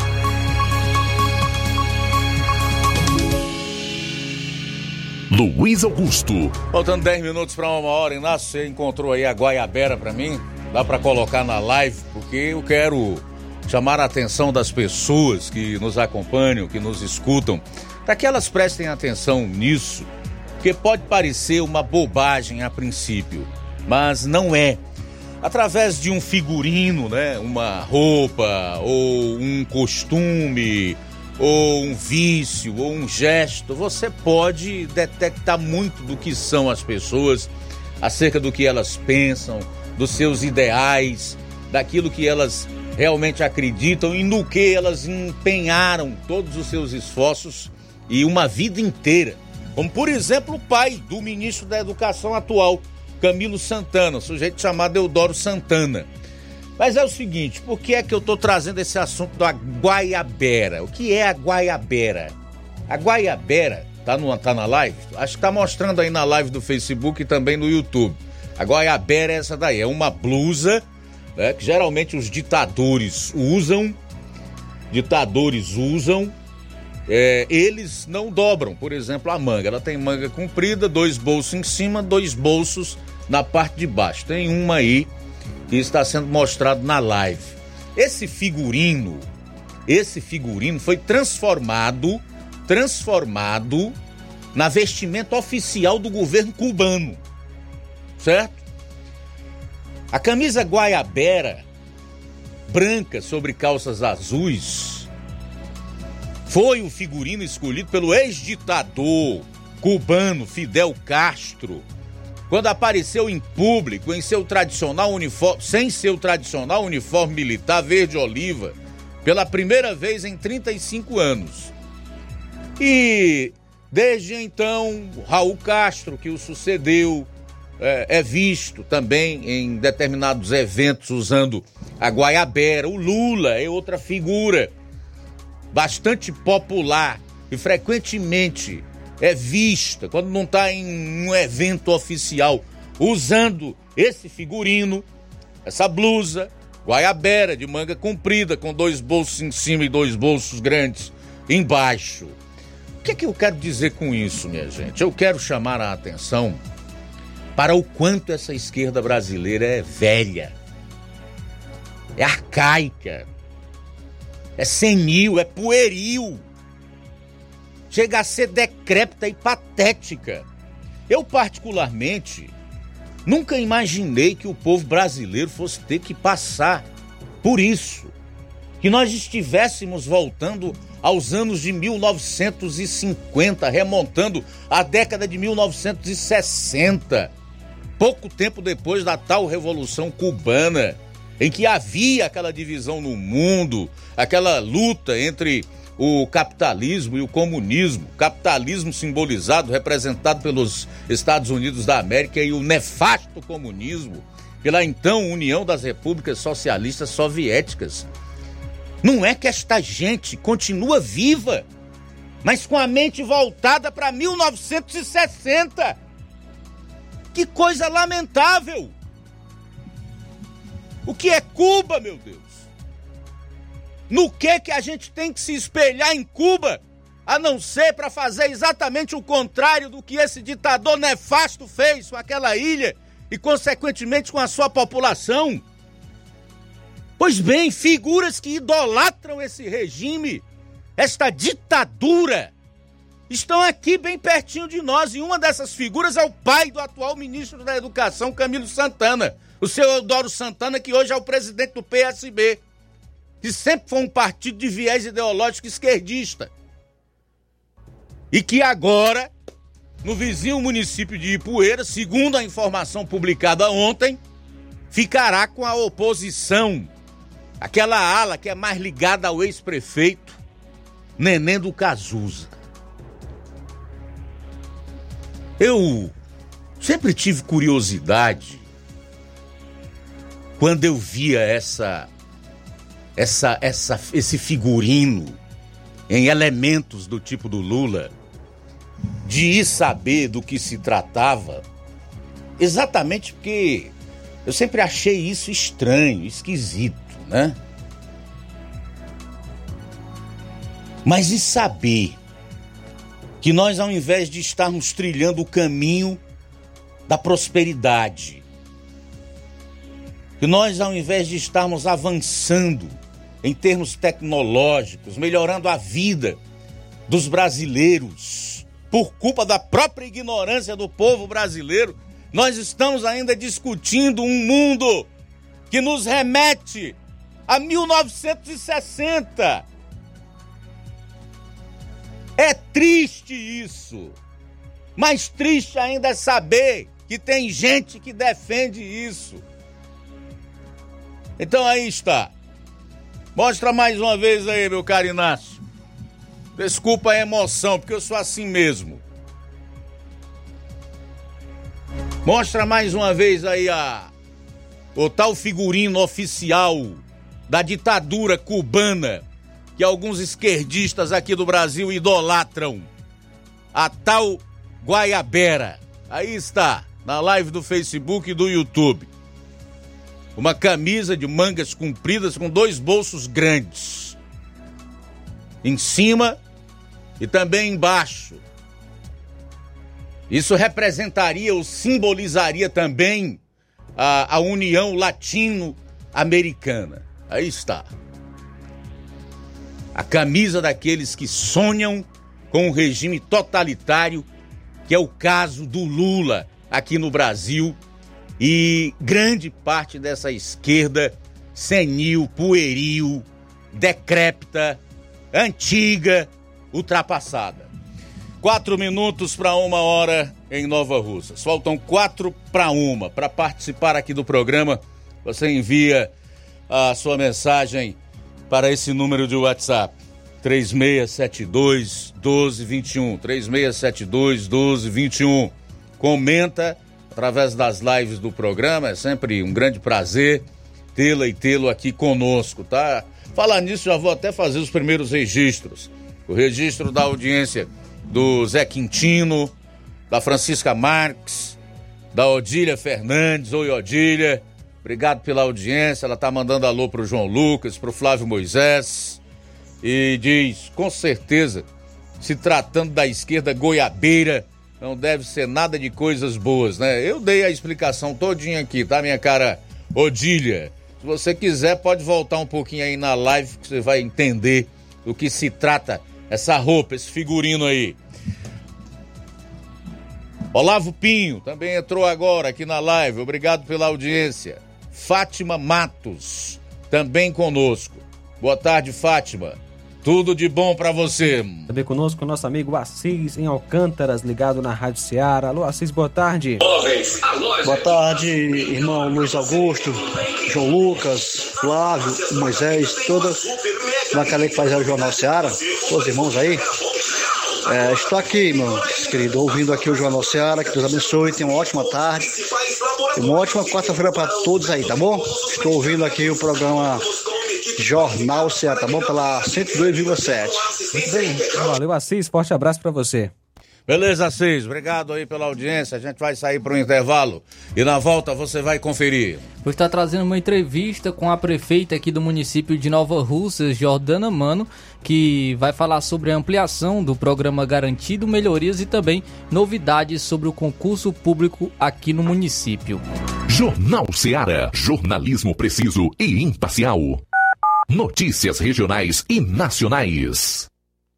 Luiz Augusto. Faltando dez minutos para uma hora, Inácio, você encontrou aí a Guaiabera para mim? Dá para colocar na live, porque eu quero chamar a atenção das pessoas que nos acompanham, que nos escutam, para que elas prestem atenção nisso, porque pode parecer uma bobagem a princípio, mas não é. Através de um figurino, né, uma roupa, ou um costume, ou um vício, ou um gesto, você pode detectar muito do que são as pessoas, acerca do que elas pensam, dos seus ideais, daquilo que elas realmente acreditam e no que elas empenharam todos os seus esforços e uma vida inteira. Como, por exemplo, o pai do ministro da Educação atual, Camilo Santana, sujeito chamado Eudoro Santana. Mas é o seguinte, por que é que eu estou trazendo esse assunto da Guaiabera? O que é a Guaiabera? A Guaiabera, tá, no, tá na live? Acho que tá mostrando aí na live do Facebook e também no YouTube. A Guaiabera é essa daí, é uma blusa, né, que geralmente os ditadores usam, ditadores usam, é, eles não dobram, por exemplo, a manga. Ela tem manga comprida, dois bolsos em cima, dois bolsos na parte de baixo. Tem uma aí que está sendo mostrado na live. Esse figurino, esse figurino foi transformado, transformado na vestimenta oficial do governo cubano, certo? A camisa Guaiabera, branca sobre calças azuis, foi o figurino escolhido pelo ex-ditador cubano Fidel Castro, quando apareceu em público em seu tradicional uniforme, sem seu tradicional uniforme militar verde-oliva, pela primeira vez em trinta e cinco anos. E desde então, Raul Castro, que o sucedeu, é, é visto também em determinados eventos usando a Guaiabera. O Lula é outra figura bastante popular e frequentemente é vista, quando não está em um evento oficial, usando esse figurino, essa blusa, Guaiabera de manga comprida, com dois bolsos em cima e dois bolsos grandes embaixo. O que é que eu quero dizer com isso, minha gente? Eu quero chamar a atenção para o quanto essa esquerda brasileira é velha, é arcaica, é senil, é pueril. Chega a ser decrépita e patética. Eu, particularmente, nunca imaginei que o povo brasileiro fosse ter que passar por isso. Que nós estivéssemos voltando aos anos de mil novecentos e cinquenta, remontando à década de mil novecentos e sessenta, pouco tempo depois da tal Revolução Cubana, em que havia aquela divisão no mundo, aquela luta entre o capitalismo e o comunismo, capitalismo simbolizado, representado pelos Estados Unidos da América, e o nefasto comunismo pela então União das Repúblicas Socialistas Soviéticas. Não é que esta gente continua viva, mas com a mente voltada para mil novecentos e sessenta. Que coisa lamentável! O que é Cuba, meu Deus? No que que a gente tem que se espelhar em Cuba, a não ser para fazer exatamente o contrário do que esse ditador nefasto fez com aquela ilha e, consequentemente, com a sua população? Pois bem, figuras que idolatram esse regime, esta ditadura, estão aqui bem pertinho de nós, e uma dessas figuras é o pai do atual ministro da Educação, Camilo Santana, o seu Eudoro Santana, que hoje é o presidente do P S B, que sempre foi um partido de viés ideológico esquerdista, e que agora, no vizinho município de Ipueiras, segundo a informação publicada ontem, ficará com a oposição, aquela ala que é mais ligada ao ex-prefeito Neném do Cazuza. Eu sempre tive curiosidade quando eu via essa, essa, essa, esse figurino em elementos do tipo do Lula, de ir saber do que se tratava, exatamente porque eu sempre achei isso estranho, esquisito, né? Mas e saber que nós, ao invés de estarmos trilhando o caminho da prosperidade, que nós, ao invés de estarmos avançando em termos tecnológicos, melhorando a vida dos brasileiros, por culpa da própria ignorância do povo brasileiro, nós estamos ainda discutindo um mundo que nos remete a mil novecentos e sessenta. É triste isso, mas triste ainda é saber que tem gente que defende isso. Então aí está. Mostra mais uma vez aí, meu caro Inácio. Desculpa a emoção, porque eu sou assim mesmo. Mostra mais uma vez aí a, o tal figurino oficial da ditadura cubana, que alguns esquerdistas aqui do Brasil idolatram, a tal Guaiabera. Aí está, na live do Facebook e do YouTube. Uma camisa de mangas compridas com dois bolsos grandes. Em cima e também embaixo. Isso representaria ou simbolizaria também a, a União Latino-Americana. Aí está. A camisa daqueles que sonham com um regime totalitário, que é o caso do Lula aqui no Brasil, e grande parte dessa esquerda senil, pueril, decrépita, antiga, ultrapassada. Quatro minutos para uma hora em Nova Russas. Faltam quatro para uma. Para participar aqui do programa, você envia a sua mensagem para esse número de WhatsApp, três seis sete dois, um dois dois um, três seis sete dois, um dois dois um. Comenta através das lives do programa, é sempre um grande prazer tê-la e tê-lo aqui conosco, tá? Falar nisso, já vou até fazer os primeiros registros. O registro da audiência do Zé Quintino, da Francisca Marques, da Odília Fernandes. Oi, Odília. Obrigado pela audiência. Ela tá mandando alô pro João Lucas, pro Flávio Moisés. E diz, com certeza, se tratando da esquerda goiabeira, não deve ser nada de coisas boas, né? Eu dei a explicação todinha aqui, tá, minha cara Odília? Se você quiser, pode voltar um pouquinho aí na live, que você vai entender do que se trata essa roupa, esse figurino aí. Olavo Pinho também entrou agora aqui na live. Obrigado pela audiência. Fátima Matos também conosco. Boa tarde, Fátima. Tudo de bom pra você. Também conosco o nosso amigo Assis em Alcântaras, ligado na Rádio Ceará. Alô, Assis, boa tarde. Boa tarde, irmão Luiz Augusto, João Lucas, Flávio, Moisés, toda uma galera que faz o Jornal Ceará, todos os irmãos aí. É, estou aqui, meu querido, ouvindo aqui o Jornal Ceará, que Deus abençoe, tenha uma ótima tarde, uma ótima quarta-feira para todos aí, tá bom? Estou ouvindo aqui o programa Jornal Ceará, tá bom? Pela cento e dois vírgula sete. Muito bem, valeu, Assis, forte abraço para você. Beleza, Assis, obrigado aí pela audiência. A gente vai sair para o intervalo e na volta você vai conferir. Vou estar trazendo uma entrevista com a prefeita aqui do município de Nova Russas, Jordana Mano, que vai falar sobre a ampliação do programa Garantido Melhorias e também novidades sobre o concurso público aqui no município. Jornal Ceará, jornalismo preciso e imparcial. Notícias regionais e nacionais.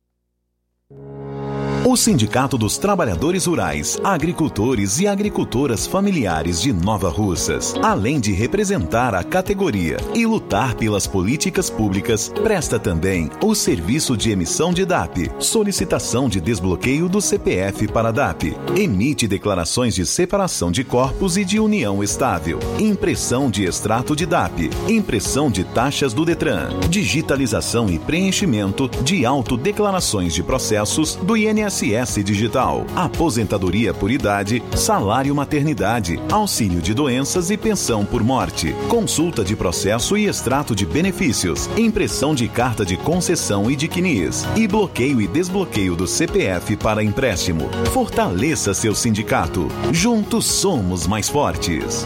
O Sindicato dos Trabalhadores Rurais, Agricultores e Agricultoras Familiares de Nova Russas, além de representar a categoria e lutar pelas políticas públicas, presta também o serviço de emissão de D A P, solicitação de desbloqueio do C P F para D A P, emite declarações de separação de corpos e de união estável, impressão de extrato de D A P, impressão de taxas do Detran, digitalização e preenchimento de autodeclarações de processos do I N S S S Digital, aposentadoria por idade, salário maternidade, auxílio de doenças e pensão por morte, consulta de processo e extrato de benefícios, impressão de carta de concessão e de C N I S e bloqueio e desbloqueio do C P F para empréstimo. Fortaleça seu sindicato. Juntos somos mais fortes.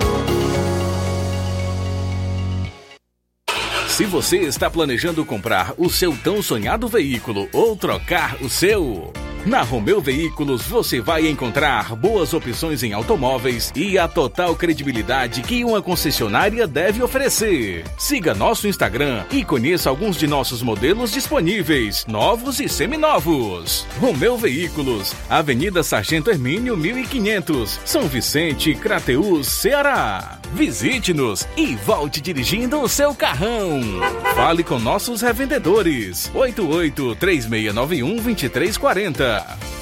Se você está planejando comprar o seu tão sonhado veículo ou trocar o seu, na Romeu Veículos você vai encontrar boas opções em automóveis e a total credibilidade que uma concessionária deve oferecer. Siga nosso Instagram e conheça alguns de nossos modelos disponíveis, novos e seminovos. Romeu Veículos, Avenida Sargento Hermínio mil e quinhentos, São Vicente, Crateús, Ceará. Visite-nos e volte dirigindo o seu carrão. Fale com nossos revendedores. oito oito, três seis nove um, dois três quatro zero.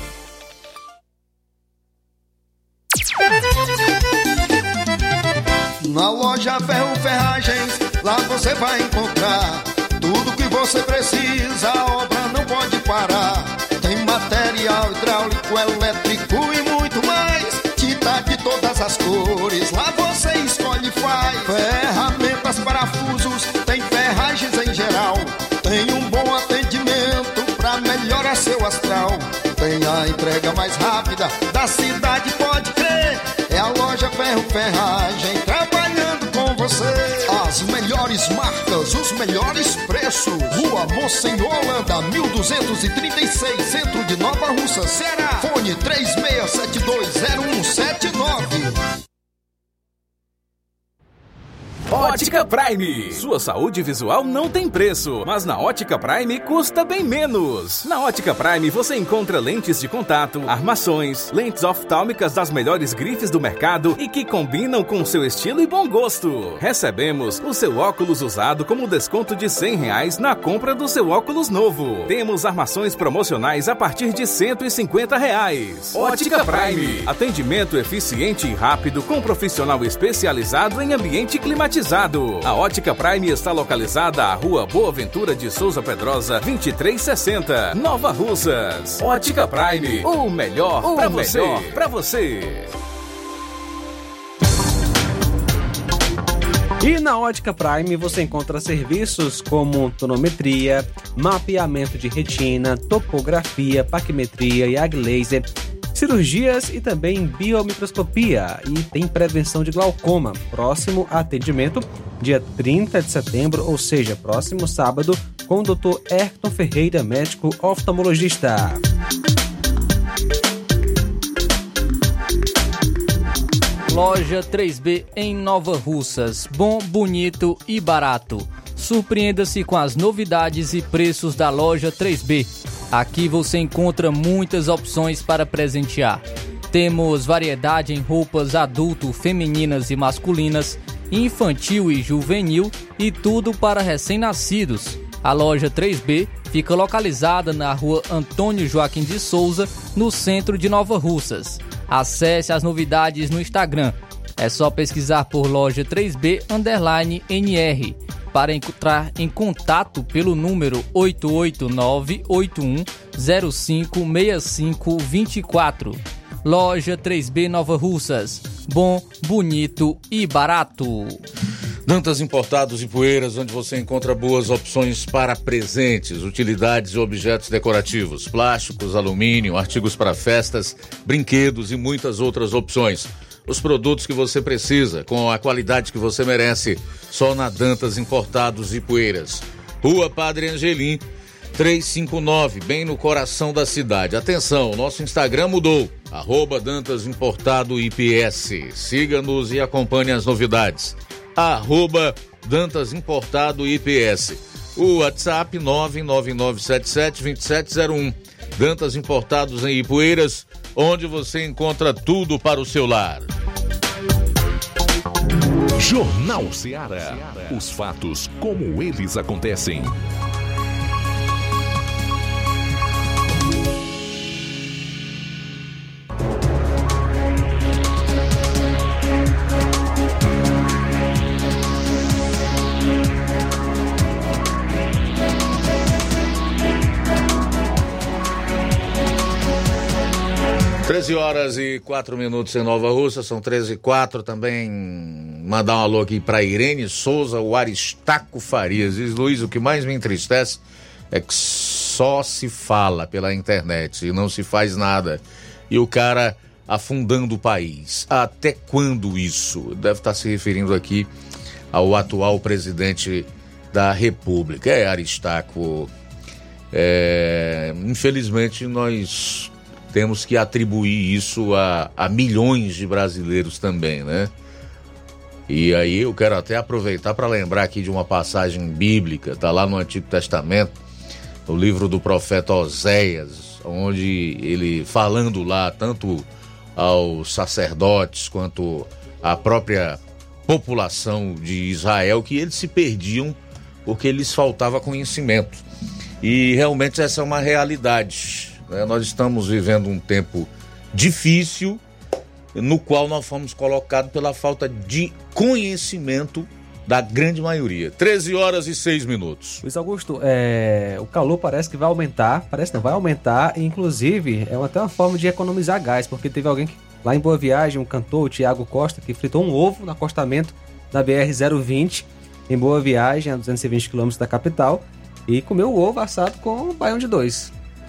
Na loja Ferro Ferragens, lá você vai encontrar tudo que você precisa, a obra não pode parar. Tem material hidráulico, elétrico e muito mais. Tinta de todas as cores, lá você escolhe e faz. Ferramentas, parafusos, tem ferragens em geral. Tem um bom atendimento pra melhorar seu astral. Tem a entrega mais rápida da cidade, pode crer. É a loja Ferro Ferragem trabalhando com você. As melhores marcas, os melhores preços. Rua Monsenhor Holanda, mil duzentos e trinta e seis, centro de Nova Russa, Ceará. Fone três seis sete dois zero um sete nove. Ótica Prime. Sua saúde visual não tem preço, mas na Ótica Prime custa bem menos. Na Ótica Prime você encontra lentes de contato, armações, lentes oftálmicas das melhores grifes do mercado e que combinam com seu estilo e bom gosto. Recebemos o seu óculos usado como desconto de cem reais na compra do seu óculos novo. Temos armações promocionais a partir de cento e cinquenta reais. Ótica Prime. Atendimento eficiente e rápido com profissional especializado em ambiente climatizado. A Ótica Prime está localizada à Rua Boa Ventura de Souza Pedrosa, vinte e três sessenta, Nova Russas. Ótica Prime, o melhor para você. Pra você. E na Ótica Prime você encontra serviços como tonometria, mapeamento de retina, topografia, paquimetria e ag laser, cirurgias e também biomicroscopia, e tem prevenção de glaucoma. Próximo atendimento, dia trinta de setembro, ou seja, próximo sábado, com o doutor Ayrton Ferreira, médico oftalmologista. Loja três B em Nova Russas. Bom, bonito e barato. Surpreenda-se com as novidades e preços da Loja três B. Aqui você encontra muitas opções para presentear. Temos variedade em roupas adulto, femininas e masculinas, infantil e juvenil e tudo para recém-nascidos. A Loja três B fica localizada na Rua Antônio Joaquim de Souza, no centro de Nova Russas. Acesse as novidades no Instagram. É só pesquisar por Loja três B underline N R. Para entrar em contato pelo número oito oito nove oito um zero cinco seis cinco dois quatro. Loja três B Nova Russas. Bom, bonito e barato. Dantas Importados e Poeiras, onde você encontra boas opções para presentes, utilidades e objetos decorativos, plásticos, alumínio, artigos para festas, brinquedos e muitas outras opções. Os produtos que você precisa, com a qualidade que você merece, só na Dantas Importados e Poeiras. Rua Padre Angelim, trezentos e cinquenta e nove, bem no coração da cidade. Atenção, nosso Instagram mudou, arroba Dantas Importado I P S. Siga-nos e acompanhe as novidades. Arroba Dantas Importado I P S. O WhatsApp nove nove nove sete sete dois sete zero um. Dantas Importados em Ipueiras, onde você encontra tudo para o seu lar. Jornal Ceará. Os fatos como eles acontecem. treze horas e quatro minutos em Nova Russa, são treze e quatro. Também mandar um alô aqui para Irene Souza, o Aristaco Farias. Diz: Luiz, o que mais me entristece é que só se fala pela internet e não se faz nada. E o cara afundando o país. Até quando isso? Deve estar se referindo aqui ao atual presidente da República. É, Aristaco, é, infelizmente nós temos que atribuir isso a, a milhões de brasileiros também, né? E aí eu quero até aproveitar para lembrar aqui de uma passagem bíblica, tá lá no Antigo Testamento, no livro do profeta Oséias, onde ele, falando lá tanto aos sacerdotes quanto à própria população de Israel, que eles se perdiam porque lhes faltava conhecimento. E realmente essa é uma realidade. Nós estamos vivendo um tempo difícil, no qual nós fomos colocados pela falta de conhecimento da grande maioria. treze horas e seis minutos. Luiz Augusto, é, o calor parece que vai aumentar, parece não, vai aumentar, e inclusive é até uma forma de economizar gás, porque teve alguém que, lá em Boa Viagem, um cantor, o Tiago Costa, que fritou um ovo no acostamento da B R zero vinte, em Boa Viagem, a duzentos e vinte quilômetros da capital, e comeu o ovo assado com baião de dois.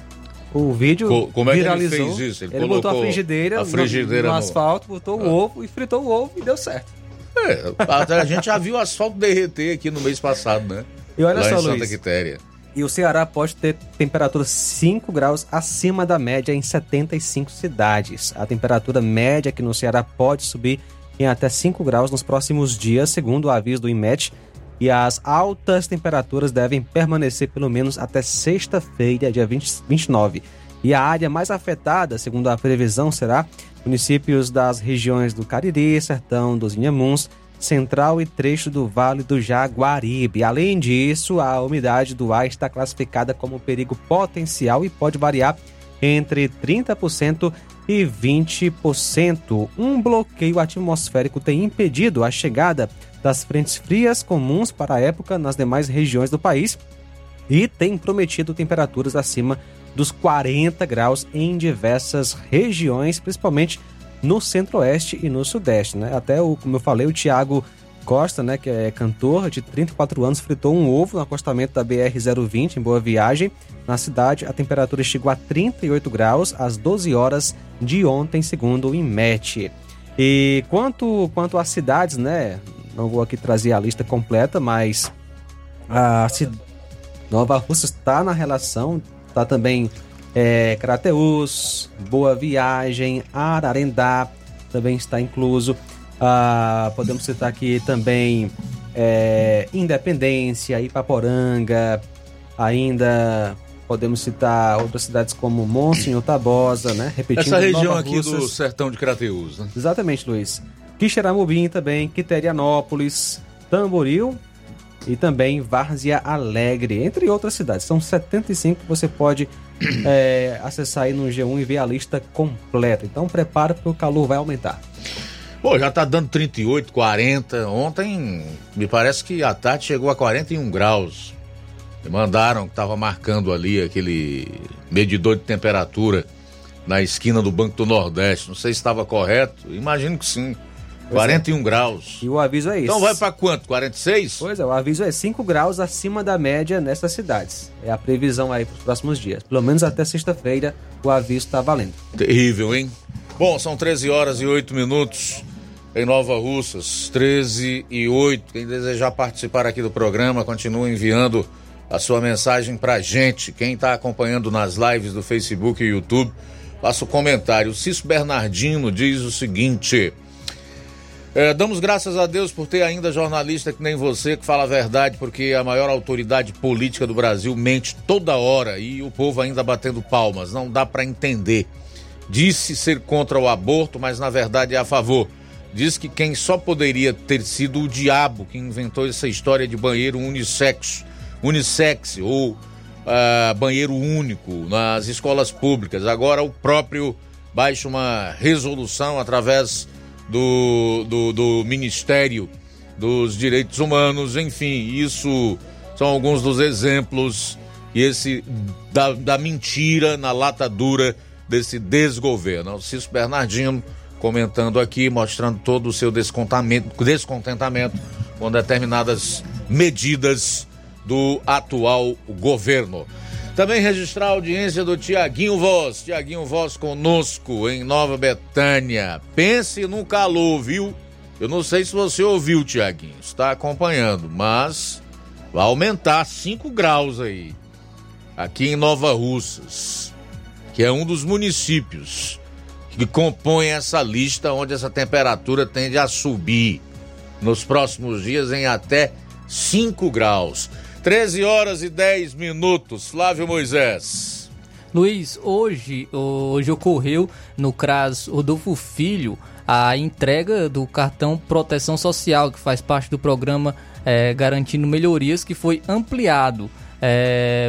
O vídeo Co- como viralizou. É que ele fez isso? Ele, ele botou a frigideira, a frigideira no, no, no asfalto, botou ah. o ovo e fritou o ovo e deu certo. É, a gente já viu o asfalto derreter aqui no mês passado, né? E olha lá só, em Santa Luiz, Quitéria. E o Ceará pode ter temperatura cinco graus acima da média em setenta e cinco cidades. A temperatura média aqui no Ceará pode subir em até cinco graus nos próximos dias, segundo o aviso do INMET. E as altas temperaturas devem permanecer pelo menos até sexta-feira, dia vinte, vinte e nove. E a área mais afetada, segundo a previsão, será municípios das regiões do Cariri, Sertão dos Inhamuns, Central e trecho do Vale do Jaguaribe. Além disso, a umidade do ar está classificada como perigo potencial e pode variar entre trinta por cento e vinte por cento. Um bloqueio atmosférico tem impedido a chegada das frentes frias comuns para a época nas demais regiões do país e tem prometido temperaturas acima dos quarenta graus em diversas regiões, principalmente no centro-oeste e no sudeste, né? Até, o, como eu falei, o Tiago Costa, né, que é cantor de trinta e quatro anos, fritou um ovo no acostamento da B R zero vinte em Boa Viagem. Na cidade, a temperatura chegou a trinta e oito graus às doze horas de ontem, segundo o INMET. E quanto, quanto às cidades, né, não vou aqui trazer a lista completa, mas a cidade Nova Russa está na relação, está também é, Crateús, Boa Viagem, Ararendá também está incluso. Ah, podemos citar aqui também é, Independência, Ipaporanga, ainda podemos citar outras cidades como Monsenhor Tabosa, né? Repetindo, essa região Nova aqui Russas. Do sertão de Crateús, né? Exatamente, Luiz. Quixeramobim também, Quiterianópolis, Tamboril e também Várzea Alegre, entre outras cidades. São setenta e cinco que você pode é, acessar aí no G um e ver a lista completa. Então prepara porque o calor vai aumentar. Pô, já tá dando trinta e oito, quarenta. Ontem me parece que à tarde chegou a quarenta e um graus. Me mandaram que tava marcando ali aquele medidor de temperatura na esquina do Banco do Nordeste. Não sei se estava correto. Imagino que sim. quarenta e um graus. E o aviso é isso. Então vai para quanto? quarenta e seis? Pois é, o aviso é cinco graus acima da média nessas cidades. É a previsão aí para os próximos dias. Pelo menos até sexta-feira o aviso está valendo. Terrível, hein? Bom, são treze horas e oito minutos em Nova Russas. treze e oito. Quem desejar participar aqui do programa, continua enviando a sua mensagem pra gente. Quem está acompanhando nas lives do Facebook e YouTube, faça o comentário. O Cício Bernardino diz o seguinte: é, damos graças a Deus por ter ainda jornalista que nem você, que fala a verdade, porque a maior autoridade política do Brasil mente toda hora e o povo ainda batendo palmas. Não dá para entender. Disse ser contra o aborto, mas na verdade é a favor. Diz que quem só poderia ter sido o diabo que inventou essa história de banheiro unissex, unissex ou uh, banheiro único nas escolas públicas. Agora o próprio baixa uma resolução através do, do, do Ministério dos Direitos Humanos. Enfim, isso são alguns dos exemplos e esse da, da mentira na lata dura desse desgoverno. Alciso Bernardino comentando aqui, mostrando todo o seu descontentamento, descontentamento com determinadas medidas do atual governo. Também registrar a audiência do Tiaguinho Voz. Tiaguinho Voz conosco em Nova Betânia. Pense no calor, viu? Eu não sei se você ouviu, Tiaguinho, está acompanhando, mas vai aumentar cinco graus aí, aqui em Nova Russas, que é um dos municípios que compõem essa lista onde essa temperatura tende a subir nos próximos dias em até cinco graus. treze horas e dez minutos. Flávio Moisés. Luiz, hoje, hoje ocorreu no CRAS Rodolfo Filho a entrega do cartão Proteção Social, que faz parte do programa é, Garantindo Melhorias, que foi ampliado. É,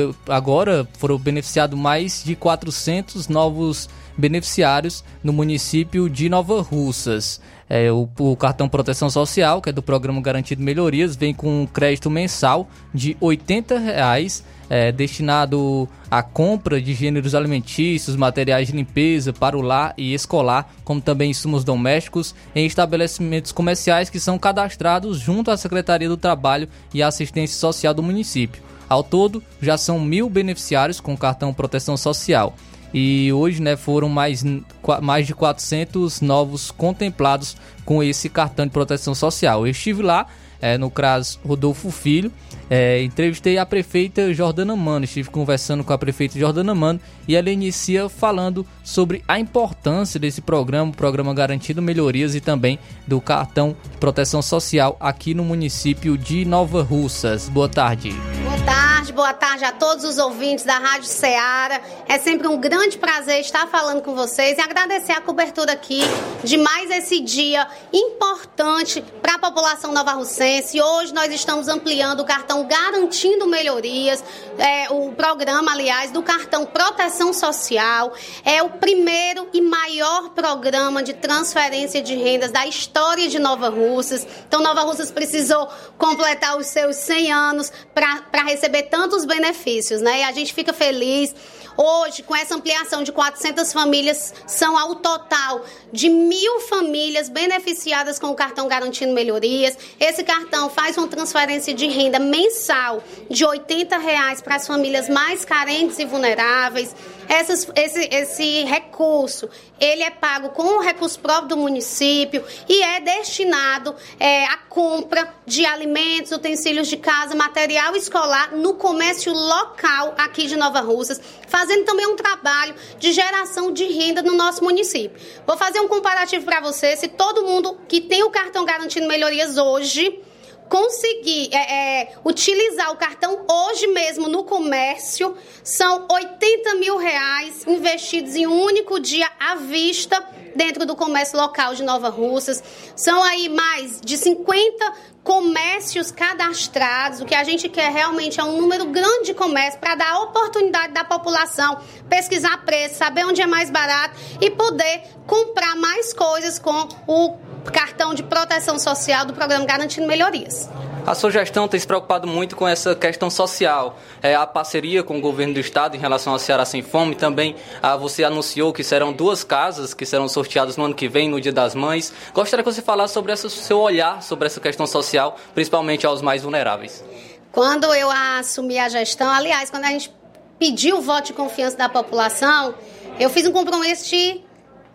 agora foram beneficiados mais de quatrocentos novos beneficiários no município de Nova Russas. É, o, o cartão Proteção Social, que é do programa Garantido Melhorias, vem com um crédito mensal de oitenta reais, é, destinado à compra de gêneros alimentícios, materiais de limpeza para o lar e escolar, como também insumos domésticos, em estabelecimentos comerciais que são cadastrados junto à Secretaria do Trabalho e Assistência Social do município. Ao todo, já são mil beneficiários com cartão Proteção Social. E hoje, né, foram mais, mais de quatrocentos novos contemplados com esse cartão de proteção social. Eu estive lá é, no CRAS Rodolfo Filho, é, entrevistei a prefeita Jordana Mano, estive conversando com a prefeita Jordana Mano e ela inicia falando sobre a importância desse programa, o programa Garantido Melhorias e também do cartão de proteção social aqui no município de Nova Russas. Boa tarde. Boa tarde, boa tarde a todos os ouvintes da Rádio Ceará. É sempre um grande prazer estar falando com vocês e agradecer a cobertura aqui de mais esse dia importante para a população novarrussense. Hoje nós estamos ampliando o cartão Garantindo Melhorias, é, o programa, aliás, do cartão Proteção Social. É o primeiro e maior programa de transferência de rendas da história de Nova Russas. Então, Nova Russas precisou completar os seus cem anos para receber tantos benefícios, né? E a gente fica feliz. Hoje, com essa ampliação de quatrocentas famílias, são ao total de mil famílias beneficiadas com o cartão Garantindo Melhorias. Esse cartão faz uma transferência de renda mensal de oitenta reais para as famílias mais carentes e vulneráveis. Essas, esse, esse recurso, ele é pago com o recurso próprio do município e é destinado é, à compra de alimentos, utensílios de casa, material escolar no comércio local aqui de Nova Russas, fazendo também um trabalho de geração de renda no nosso município. Vou fazer um comparativo para você. Se todo mundo que tem o cartão Garantindo Melhorias hoje conseguir é, é, utilizar o cartão hoje mesmo no comércio, são oitenta mil reais investidos em um único dia à vista dentro do comércio local de Nova Russas. São aí mais de cinquenta comércios cadastrados. O que a gente quer realmente é um número grande de comércio para dar a oportunidade da população pesquisar preço, saber onde é mais barato e poder comprar mais coisas com o cartão de proteção social do programa Garantindo Melhorias. A sua gestão tem se preocupado muito com essa questão social. É, a parceria com o governo do estado em relação ao Ceará Sem Fome, também ah, você anunciou que serão duas casas que serão sorteadas no ano que vem, no Dia das Mães. Gostaria que você falasse sobre o seu olhar sobre essa questão social, principalmente aos mais vulneráveis. Quando eu assumi a gestão, aliás, quando a gente pediu o voto de confiança da população, eu fiz um compromisso de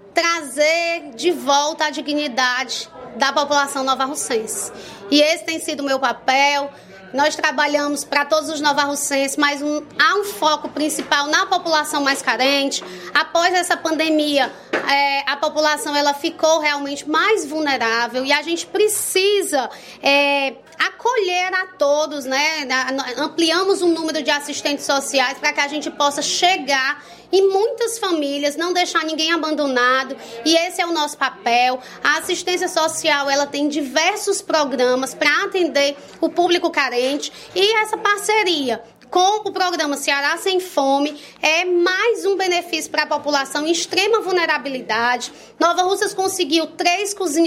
trazer de volta a dignidade da população novarrussense. E esse tem sido o meu papel. Nós trabalhamos para todos os novarrussenses, mas um, há um foco principal na população mais carente. Após essa pandemia, é, a população ela ficou realmente mais vulnerável e a gente precisa é, acolher a todos, né? Ampliamos o número de assistentes sociais para que a gente possa chegar em muitas famílias, não deixar ninguém abandonado, e esse é o nosso papel. A assistência social, ela tem diversos programas para atender o público carente, e essa parceria com o programa Ceará Sem Fome é mais um benefício para a população em extrema vulnerabilidade. Nova Russas conseguiu três cozinhas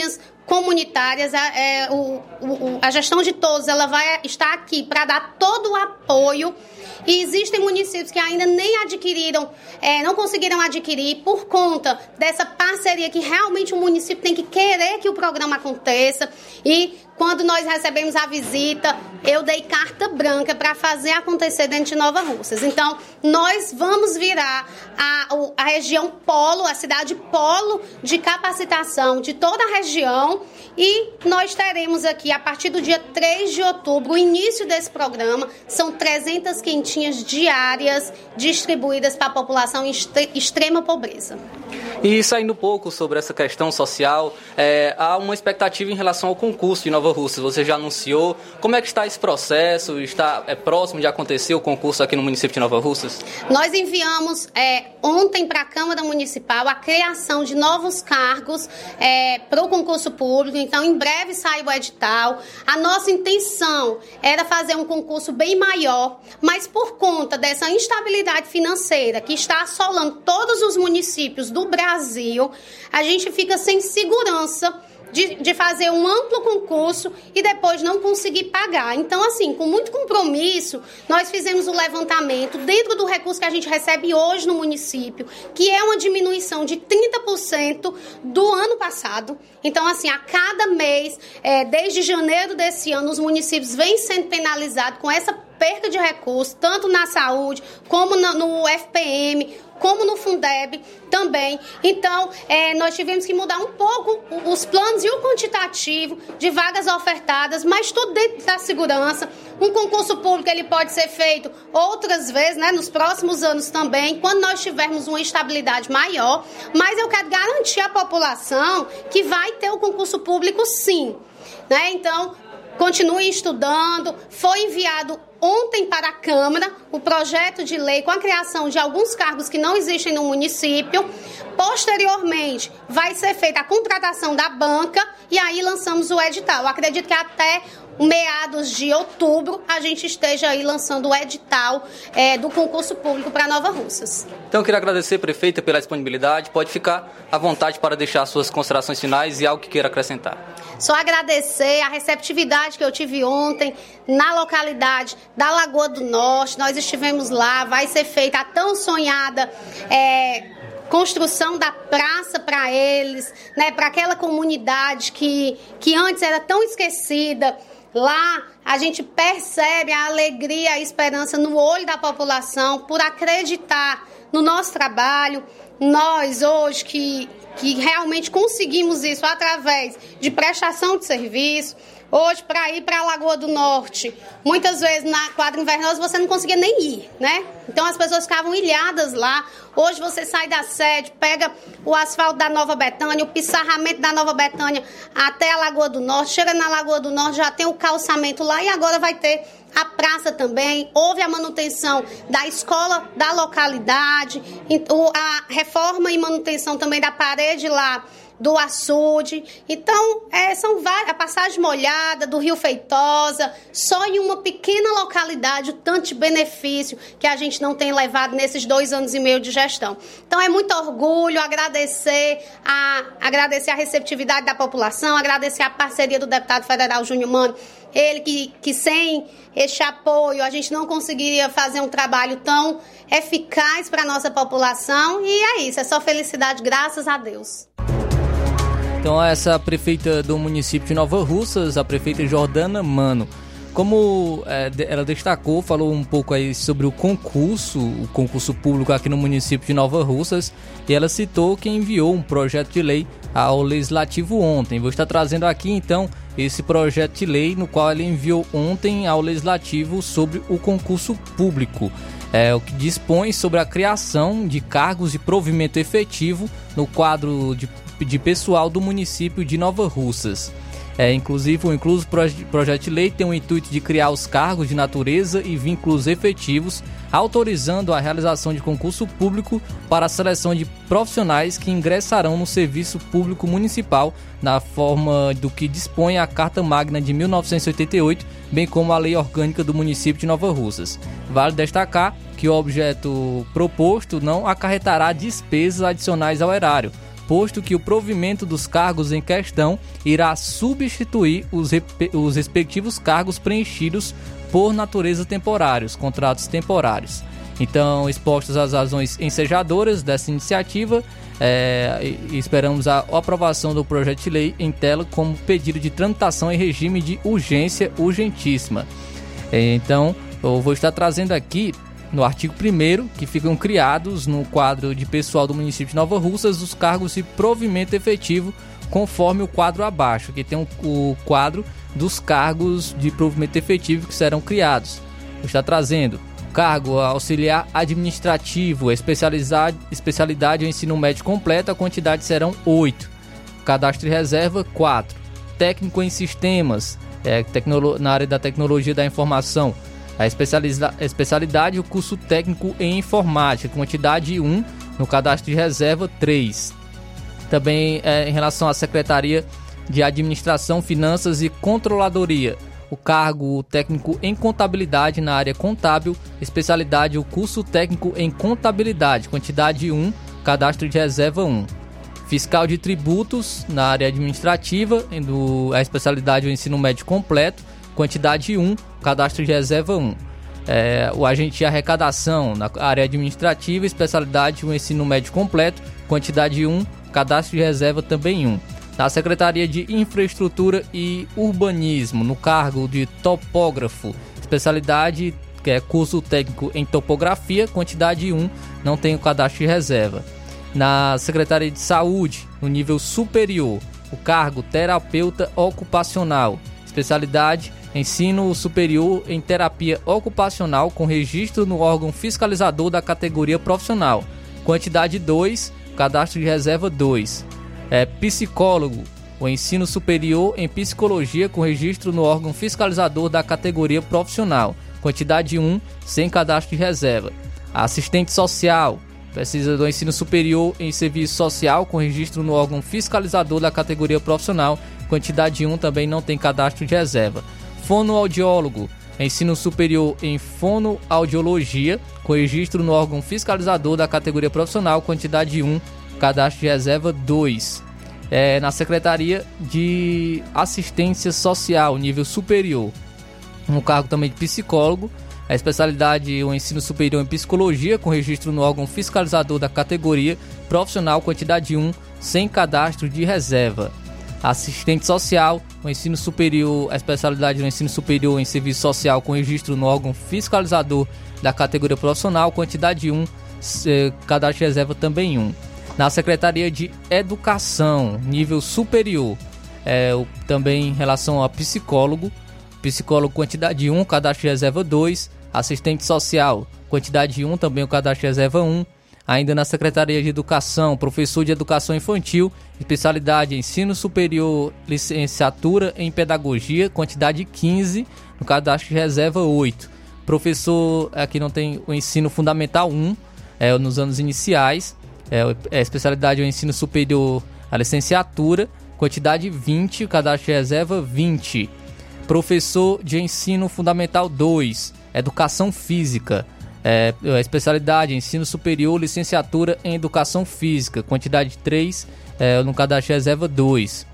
comunitárias. A, é, o, o, a gestão de todos ela vai estar aqui para dar todo o apoio. E existem municípios que ainda nem adquiriram, é, não conseguiram adquirir por conta dessa parceria que realmente o município tem que querer que o programa aconteça. E quando nós recebemos a visita, eu dei carta branca para fazer acontecer dentro de Nova Russas. Então, nós vamos virar a, a região polo, a cidade polo de capacitação de toda a região. E nós teremos aqui, a partir do dia três de outubro, o início desse programa. São trezentas quentinhas diárias distribuídas para a população em extrema pobreza. E saindo um pouco sobre essa questão social, é, há uma expectativa em relação ao concurso de Nova Russas. Você já anunciou. Como é que está esse processo? Está é, próximo de acontecer o concurso aqui no município de Nova Russas? Nós enviamos é, ontem para a Câmara Municipal a criação de novos cargos é, para o concurso público. Então, em breve sai o edital. A nossa intenção era fazer um concurso bem maior, mas por conta dessa instabilidade financeira que está assolando todos os municípios do Brasil, a gente fica sem segurança de, de fazer um amplo concurso e depois não conseguir pagar. Então, assim, com muito compromisso, nós fizemos o levantamento dentro do recurso que a gente recebe hoje no município, que é uma diminuição de trinta por cento do ano passado. Então, assim, a cada mês, é, desde janeiro desse ano, os municípios vêm sendo penalizados com essa perca de recursos, tanto na saúde, como no, no F P M, como no Fundeb também. Então, é, nós tivemos que mudar um pouco os planos e o quantitativo de vagas ofertadas, mas tudo dentro da segurança. Um concurso público ele pode ser feito outras vezes, né, nos próximos anos também, quando nós tivermos uma estabilidade maior, mas eu quero garantir à população que vai ter o concurso público sim, né? Então, continue estudando. Foi enviado ontem para a Câmara o projeto de lei com a criação de alguns cargos que não existem no município. Posteriormente, vai ser feita a contratação da banca e aí lançamos o edital. Eu acredito que até meados de outubro a gente esteja aí lançando o edital é, do concurso público para Nova Russas. Então eu queria agradecer, prefeita, pela disponibilidade. Pode ficar à vontade para deixar suas considerações finais e algo que queira acrescentar. Só agradecer a receptividade que eu tive ontem na localidade da Lagoa do Norte. Nós estivemos lá, vai ser feita a tão sonhada é, construção da praça para eles, né, para aquela comunidade que, que antes era tão esquecida. Lá a gente percebe a alegria, a esperança no olho da população por acreditar no nosso trabalho. Nós hoje que, que realmente conseguimos isso através de prestação de serviço. Hoje, para ir para a Lagoa do Norte, muitas vezes na quadra invernosa você não conseguia nem ir, né? Então as pessoas ficavam ilhadas lá. Hoje você sai da sede, pega o asfalto da Nova Betânia, o pissarramento da Nova Betânia até a Lagoa do Norte. Chega na Lagoa do Norte, já tem o calçamento lá e agora vai ter a praça também. Houve a manutenção da escola da localidade, a reforma e manutenção também da parede lá do açude. Então, é, são várias, a passagem molhada do Rio Feitosa, só em uma pequena localidade, o tanto de benefício que a gente não tem levado nesses dois anos e meio de gestão. Então, é muito orgulho, agradecer a, agradecer a receptividade da população, agradecer a parceria do deputado federal Júnior Mano, ele que, que sem este apoio a gente não conseguiria fazer um trabalho tão eficaz para a nossa população. E é isso, é só felicidade, graças a Deus. Então essa prefeita do município de Nova Russas, a prefeita Jordana Mano. Como é, ela destacou, falou um pouco aí sobre o concurso, o concurso público aqui no município de Nova Russas, e ela citou que enviou um projeto de lei ao Legislativo ontem. Vou estar trazendo aqui então esse projeto de lei no qual ela enviou ontem ao Legislativo sobre o concurso público. É, o que dispõe sobre a criação de cargos de provimento efetivo no quadro de de pessoal do município de Nova Russas. É, inclusive, o incluso proje- projeto de lei tem o intuito de criar os cargos de natureza e vínculos efetivos, autorizando a realização de concurso público para a seleção de profissionais que ingressarão no serviço público municipal na forma do que dispõe a Carta Magna de mil novecentos e oitenta e oito, bem como a Lei Orgânica do município de Nova Russas. Vale destacar que o objeto proposto não acarretará despesas adicionais ao erário, posto que o provimento dos cargos em questão irá substituir os, os respectivos cargos preenchidos por natureza temporários, contratos temporários. Então, expostas as razões ensejadoras dessa iniciativa, é, esperamos a aprovação do projeto de lei em tela como pedido de tramitação em regime de urgência urgentíssima. Então, eu vou estar trazendo aqui no artigo primeiro, que ficam criados no quadro de pessoal do município de Nova Russas os cargos de provimento efetivo, conforme o quadro abaixo, que tem um, o quadro dos cargos de provimento efetivo que serão criados. Vou estar trazendo cargo auxiliar administrativo, especialidade, especialidade em ensino médio completo, a quantidade serão oito. Cadastro de reserva, quatro. Técnico em sistemas, é, tecnolo, na área da tecnologia da informação, a especialidade, o curso técnico em informática, quantidade um, no cadastro de reserva, três. Também é, em relação à Secretaria de Administração, Finanças e Controladoria, o cargo técnico em contabilidade na área contábil, especialidade, o curso técnico em contabilidade, quantidade um, cadastro de reserva um. Fiscal de tributos na área administrativa, a especialidade, o ensino médio completo, quantidade um, cadastro de reserva um. É, o agente de arrecadação na área administrativa, especialidade, o ensino médio completo, quantidade um, cadastro de reserva também um. Na Secretaria de Infraestrutura e Urbanismo, no cargo de topógrafo, especialidade, que é curso técnico em topografia, quantidade um, não tem o cadastro de reserva. Na Secretaria de Saúde, no nível superior, o cargo terapeuta ocupacional, especialidade ensino superior em terapia ocupacional com registro no órgão fiscalizador da categoria profissional, quantidade dois, cadastro de reserva dois. É, psicólogo, o ensino superior em psicologia com registro no órgão fiscalizador da categoria profissional, quantidade um, sem cadastro de reserva. Assistente social, precisa do ensino superior em serviço social com registro no órgão fiscalizador da categoria profissional, quantidade um, também não tem cadastro de reserva. Fonoaudiólogo, ensino superior em fonoaudiologia com registro no órgão fiscalizador da categoria profissional, quantidade um, cadastro de reserva dois. É, na Secretaria de Assistência Social, nível superior, no cargo também de psicólogo, a especialidade, o ensino superior em psicologia com registro no órgão fiscalizador da categoria profissional, quantidade um, sem cadastro de reserva. Assistente social, o ensino superior, a especialidade do ensino superior em serviço social com registro no órgão fiscalizador da categoria profissional, quantidade um, cadastro de reserva também um. Na Secretaria de Educação, nível superior, é, o, também em relação a psicólogo, psicólogo quantidade um, cadastro de reserva dois, assistente social, quantidade um, também o cadastro de reserva um. Ainda na Secretaria de Educação, professor de Educação Infantil, especialidade Ensino Superior, licenciatura em Pedagogia, quantidade quinze, no cadastro de reserva oito. Professor, aqui não tem o Ensino Fundamental um, é, nos anos iniciais, é, a especialidade é o Ensino Superior, a licenciatura, quantidade vinte, o cadastro de reserva vinte. Professor de Ensino Fundamental dois, Educação Física, É, a especialidade ensino superior, licenciatura em educação física, quantidade três, é, no cadastro de reserva dois.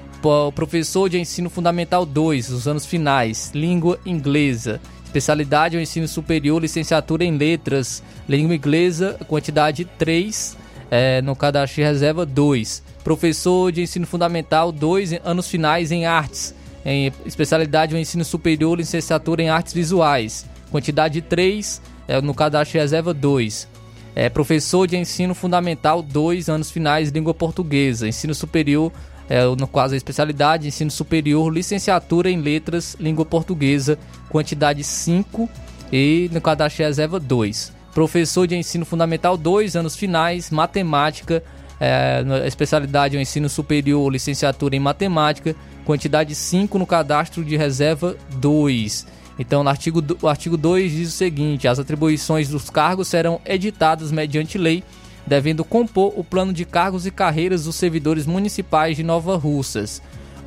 O professor de ensino fundamental dois, os anos finais, língua inglesa, especialidade ou ensino superior, licenciatura em letras, língua inglesa, quantidade três, é, no cadastro de reserva dois. Professor de ensino fundamental dois, anos finais em artes, em especialidade ou ensino superior, licenciatura em artes visuais, quantidade três, É, no cadastro de reserva dois. É, professor de ensino fundamental dois, anos finais, língua portuguesa. Ensino superior, é, no caso a especialidade, ensino superior, licenciatura em letras, língua portuguesa, quantidade cinco e no cadastro de reserva dois. Professor de ensino fundamental dois, anos finais, matemática, é, a especialidade, ensino superior, licenciatura em matemática, quantidade cinco no cadastro de reserva dois. Então, no artigo, o artigo dois diz o seguinte: as atribuições dos cargos serão editadas mediante lei, devendo compor o plano de cargos e carreiras dos servidores municipais de Nova Russas.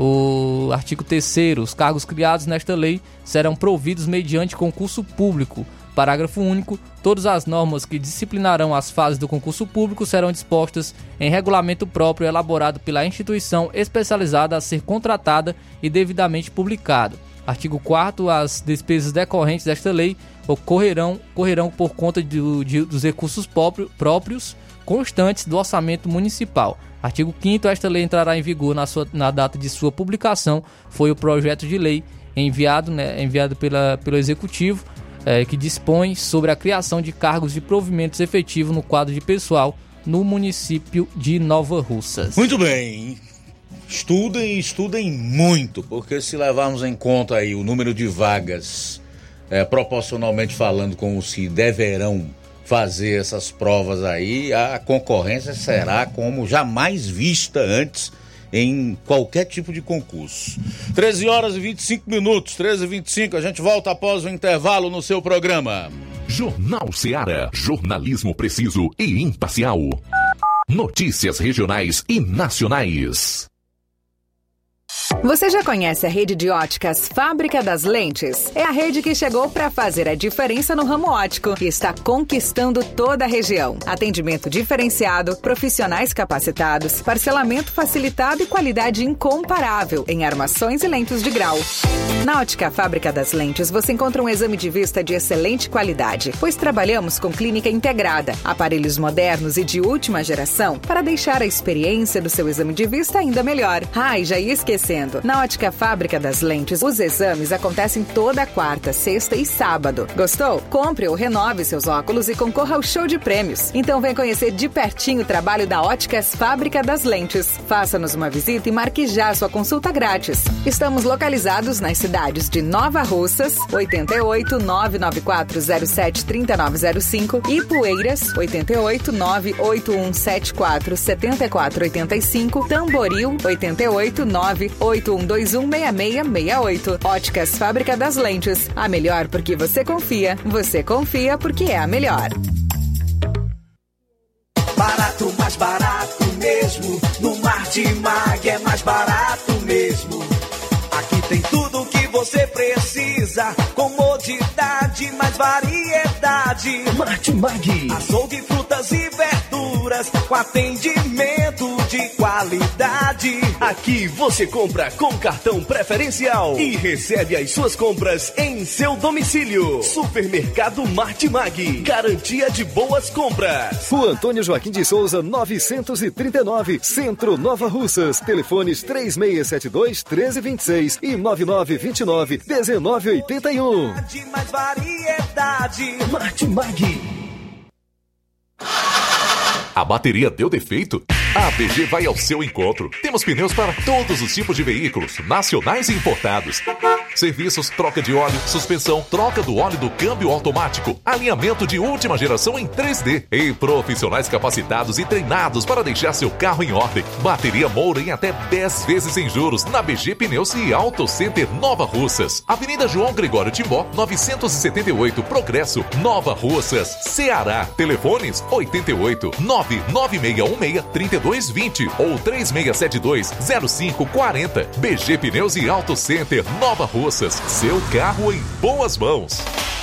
O artigo terceiro, os cargos criados nesta lei serão providos mediante concurso público, Parágrafo único. Todas as normas que disciplinarão as fases do concurso público serão dispostas em regulamento próprio elaborado pela instituição especializada a ser contratada e devidamente publicado. Artigo quarto. As despesas decorrentes desta lei ocorrerão correrão por conta do, de, dos recursos próprio, próprios constantes do orçamento municipal. Artigo quinto. Esta lei entrará em vigor na, sua, na data de sua publicação. Foi o projeto de lei enviado, né, enviado pela, pelo Executivo, é, que dispõe sobre a criação de cargos de provimentos efetivos no quadro de pessoal no município de Nova Russas. Muito bem. Estudem, estudem muito, porque se levarmos em conta aí o número de vagas, é, proporcionalmente falando com os que deverão fazer essas provas aí, a concorrência será como jamais vista antes em qualquer tipo de concurso. treze horas e vinte e cinco minutos, treze e vinte e cinco, a gente volta após o intervalo no seu programa. Jornal Ceará, jornalismo preciso e imparcial. Notícias regionais e nacionais. Você já conhece a rede de óticas Fábrica das Lentes? É a rede que chegou para fazer a diferença no ramo óptico e está conquistando toda a região. Atendimento diferenciado, profissionais capacitados, parcelamento facilitado e qualidade incomparável em armações e lentes de grau. Na Ótica Fábrica das Lentes você encontra um exame de vista de excelente qualidade, pois trabalhamos com clínica integrada, aparelhos modernos e de última geração para deixar a experiência do seu exame de vista ainda melhor. Ah, e já ia esquecendo. Na Ótica Fábrica das Lentes, os exames acontecem toda quarta, sexta e sábado. Gostou? Compre ou renove seus óculos e concorra ao show de prêmios. Então vem conhecer de pertinho o trabalho da Óticas Fábrica das Lentes. Faça-nos uma visita e marque já sua consulta grátis. Estamos localizados nas cidades de Nova Russas, oito oito, nove nove quatro zero sete, três nove zero cinco e Poeiras, oito oito, nove oito um sete quatro, sete quatro oito cinco, Tamboril, oito oito, nove oito um dois um, seis seis seis oito. Óticas Fábrica das Lentes. A melhor porque você confia. Você confia porque é a melhor. Barato, mais barato mesmo. No Martimag é mais barato mesmo. Aqui tem tudo o que você precisa. Comodidade, mais variedade. Martimag. Açougue, frutas e verduras com atendimento de qualidade. Aqui você compra com cartão preferencial e recebe as suas compras em seu domicílio. Supermercado Martimag, garantia de boas compras. Rua Antônio Joaquim de Souza, novecentos e trinta e nove, Centro, Nova Russas. Telefones três seis sete dois, um três dois seis e nove nove dois nove, um nove oito um. Mais variedade. Martimag. A bateria deu defeito? A A B G vai ao seu encontro. Temos pneus para todos os tipos de veículos, nacionais e importados. Serviços, troca de óleo, suspensão, troca do óleo do câmbio automático, alinhamento de última geração em três D e profissionais capacitados e treinados para deixar seu carro em ordem. Bateria Moura em até dez vezes sem juros na B G Pneus e Auto Center Nova Russas. Avenida João Gregório Timbó, novecentos e setenta e oito, Progresso, Nova Russas, Ceará. Telefones oito oito, nove nove seis um seis, três dois dois zero ou três seis sete dois, zero cinco quatro zero. B G Pneus e Auto Center Nova Russas. Seu carro em boas mãos.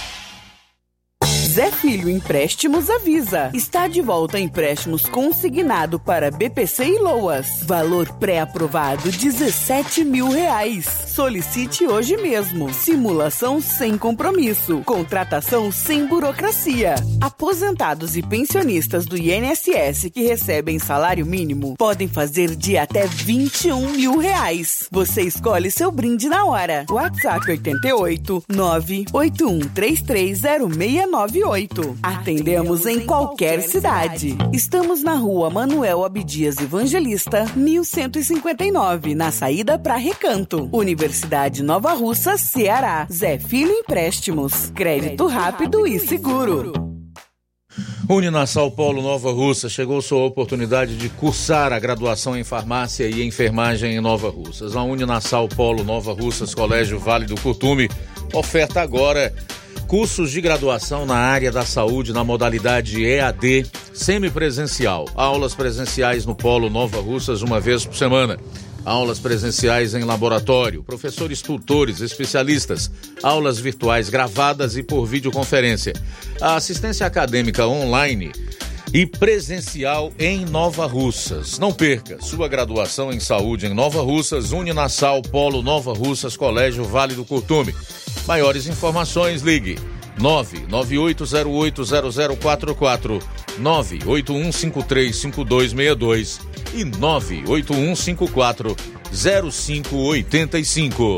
Zé Filho Empréstimos avisa. Está de volta empréstimos consignado para B P C e Loas. Valor pré-aprovado dezessete mil reais. Solicite hoje mesmo. Simulação sem compromisso. Contratação sem burocracia. Aposentados e pensionistas do I N S S que recebem salário mínimo podem fazer de até vinte e um mil reais. Você escolhe seu brinde na hora. WhatsApp oito oito, nove oito um três três zero seis nove oito. Atendemos em qualquer cidade. Estamos na rua Manuel Abdias Evangelista, mil cento e cinquenta e nove, na saída para Recanto. Universidade Nova Russa, Ceará. Zé Filho Empréstimos. Crédito rápido e seguro. Uninasal Polo Nova Russa, chegou sua oportunidade de cursar a graduação em farmácia e enfermagem em Nova Russas. A Uninasal Polo Nova Russas, Colégio Vale do Curtume, oferta agora cursos de graduação na área da saúde na modalidade E A D semipresencial. Aulas presenciais no Polo Nova Russas uma vez por semana. aulas presenciais em laboratório, professores tutores, especialistas, aulas virtuais gravadas e por videoconferência, a assistência acadêmica online e presencial em Nova Russas. Não perca sua graduação em saúde em Nova Russas, Uninasal, Polo Nova Russas, Colégio Vale do Curtume. Maiores informações, ligue nove nove oito zero oito zero zero quatro quatro, nove oito um cinco três cinco dois seis dois e nove oito um cinco quatro zero cinco oito cinco.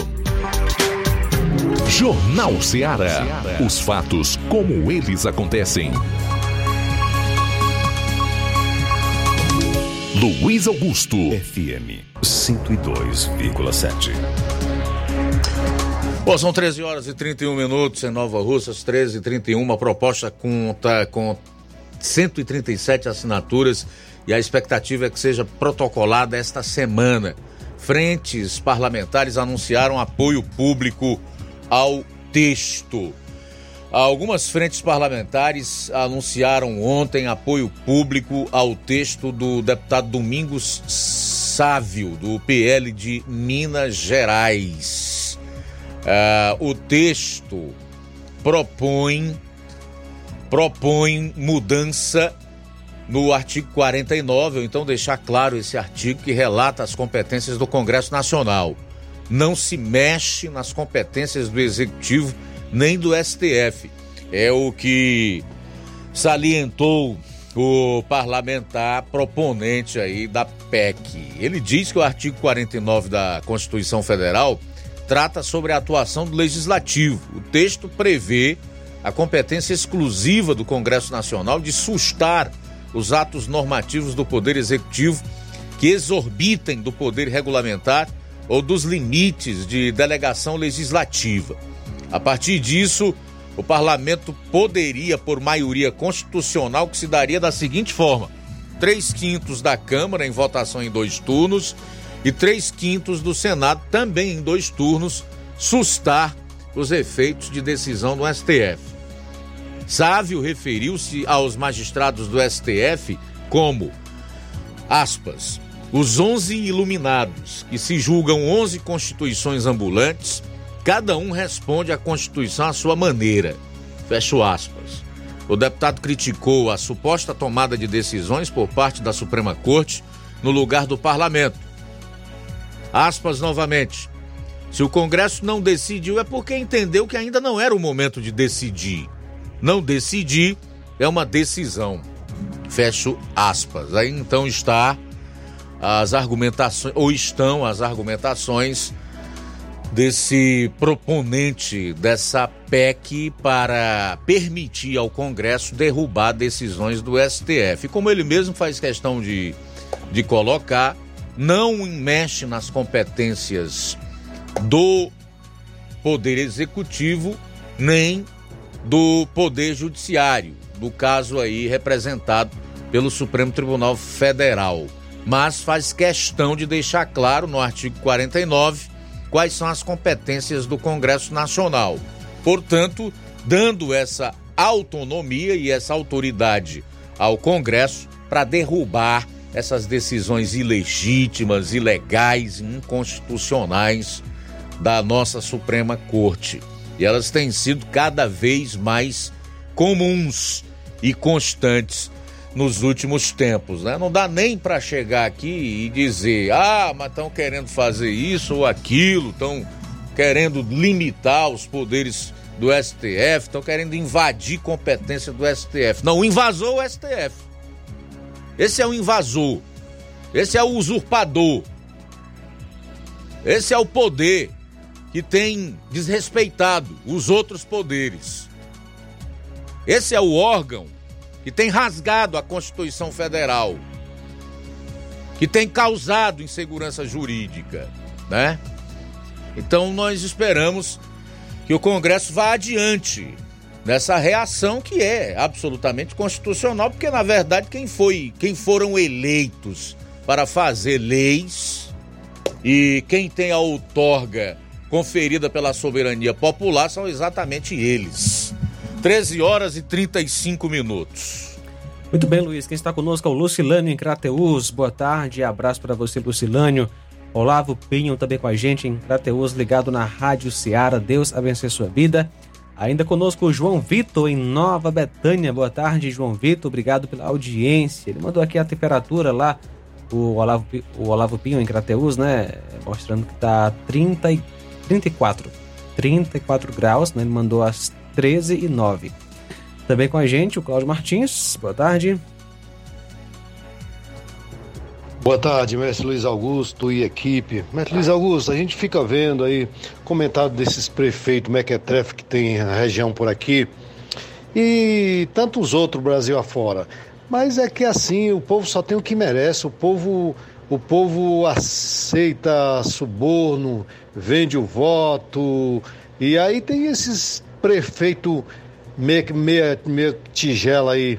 Jornal Ceará. Os fatos como eles acontecem. Luiz Augusto. F M cento e dois vírgula sete. Bom, são treze horas e trinta e um minutos em Nova Russas, treze e trinta e um. A proposta conta com cento e trinta e sete assinaturas e a expectativa é que seja protocolada esta semana. Frentes parlamentares anunciaram apoio público ao texto. Algumas frentes parlamentares anunciaram ontem apoio público ao texto do deputado Domingos Sávio, do P L de Minas Gerais. Uh, o texto propõe, propõe mudança no artigo quarenta e nove, ou então deixar claro esse artigo que relata as competências do Congresso Nacional. Não se mexe nas competências do Executivo nem do S T F. É o que salientou o parlamentar proponente aí da P E C. Ele diz que o artigo quarenta e nove da Constituição Federal trata sobre a atuação do Legislativo. O texto prevê a competência exclusiva do Congresso Nacional de sustar os atos normativos do Poder Executivo que exorbitem do poder regulamentar ou dos limites de delegação legislativa. A partir disso, o parlamento poderia, por maioria constitucional, que se daria da seguinte forma: três quintos da Câmara em votação em dois turnos e três quintos do Senado também em dois turnos, sustar os efeitos de decisão do S T F. Sávio referiu-se aos magistrados do S T F como, aspas, os onze iluminados, que se julgam onze constituições ambulantes, cada um responde à Constituição à sua maneira. Fecho aspas. O deputado criticou a suposta tomada de decisões por parte da Suprema Corte no lugar do parlamento. Aspas novamente. Se o Congresso não decidiu é porque entendeu que ainda não era o momento de decidir. Não decidir é uma decisão. Fecho aspas. Aí então está as argumentações, ou estão as argumentações desse proponente dessa P E C para permitir ao Congresso derrubar decisões do S T F. E como ele mesmo faz questão de, de colocar, não mexe nas competências do Poder Executivo nem do Poder Judiciário, do caso aí representado pelo Supremo Tribunal Federal, mas faz questão de deixar claro no artigo quarenta e nove quais são as competências do Congresso Nacional. Portanto, dando essa autonomia e essa autoridade ao Congresso para derrubar essas decisões ilegítimas, ilegais e inconstitucionais da nossa Suprema Corte. E elas têm sido cada vez mais comuns e constantes nos últimos tempos, né? Não dá nem para chegar aqui e dizer, ah, mas estão querendo fazer isso ou aquilo, estão querendo limitar os poderes do S T F, estão querendo invadir competência do S T F. Não, invasou o S T F. Esse é o invasor. Esse é o usurpador. Esse é o poder que tem desrespeitado os outros poderes. Esse é o órgão que tem rasgado a Constituição Federal, que tem causado insegurança jurídica, né? Então nós esperamos que o Congresso vá adiante nessa reação que é absolutamente constitucional, porque na verdade quem foi, quem foram eleitos para fazer leis e quem tem a outorga conferida pela soberania popular são exatamente eles. treze horas e trinta e cinco minutos. Muito bem, Luiz. Quem está conosco é o Lucilânio em Crateús. Boa tarde, abraço para você, Lucilânio. Olavo Pinho também com a gente em Crateús, ligado na Rádio Ceará. Deus abençoe sua vida. Ainda conosco o João Vitor em Nova Betânia. Boa tarde, João Vitor. Obrigado pela audiência. Ele mandou aqui a temperatura lá, o Olavo, o Olavo Pinho em Crateús, né? Mostrando que tá trinta e, trinta e quatro. trinta e quatro graus, né? Ele mandou às treze e nove. Também com a gente o Cláudio Martins. Boa tarde. Boa tarde, mestre Luiz Augusto e equipe. Mestre Luiz Augusto, a gente fica vendo aí comentário desses prefeitos mequetrefe que tem a região por aqui e tantos outros Brasil afora. Mas é que assim, o povo só tem o que merece, o povo, o povo aceita suborno, vende o voto, e aí tem esses prefeitos meia, meia, meia tigela aí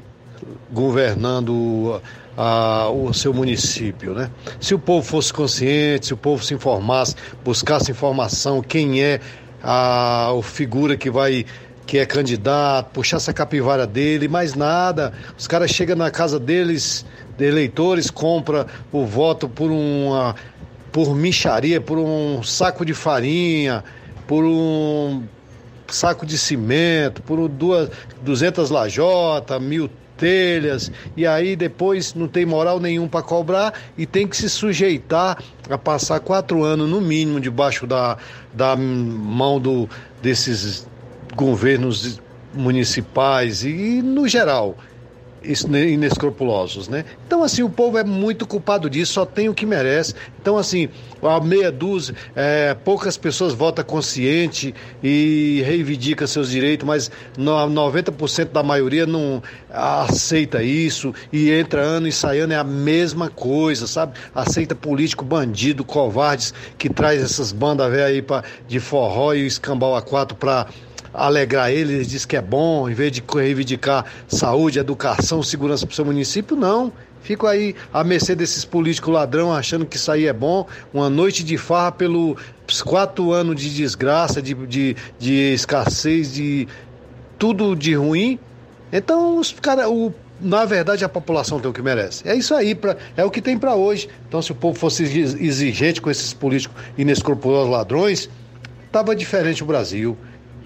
governando a, o seu município, né? Se o povo fosse consciente, se o povo se informasse, buscasse informação, quem é a, a figura que vai, que é candidato, puxasse a capivara dele, mais nada. Os caras chegam na casa deles, de eleitores, compra o voto por uma, por mixaria, por um saco de farinha, por um saco de cimento, por duas, duzentas lajotas, mil telhas, e aí depois não tem moral nenhum para cobrar e tem que se sujeitar a passar quatro anos no mínimo debaixo da, da mão do, desses governos municipais e no geral inescrupulosos, né? Então assim, o povo é muito culpado disso, só tem o que merece. Então assim, a meia dúzia, é, poucas pessoas votam consciente e reivindica seus direitos, mas noventa por cento da maioria não aceita isso e entra ano e sai ano, é a mesma coisa, sabe? Aceita político bandido, covardes, que traz essas bandas velhas aí pra, de forró e escambau a quatro para alegrar eles, diz que é bom, em vez de reivindicar saúde, educação, segurança para o seu município, não. Fico aí à mercê desses políticos ladrão achando que isso aí é bom, uma noite de farra pelos quatro anos de desgraça, de, de, de escassez, de tudo de ruim. Então, os cara, o, na verdade, a população tem o que merece. É isso aí, pra, é o que tem para hoje. Então, se o povo fosse exigente com esses políticos inescrupulosos ladrões, estava diferente o Brasil.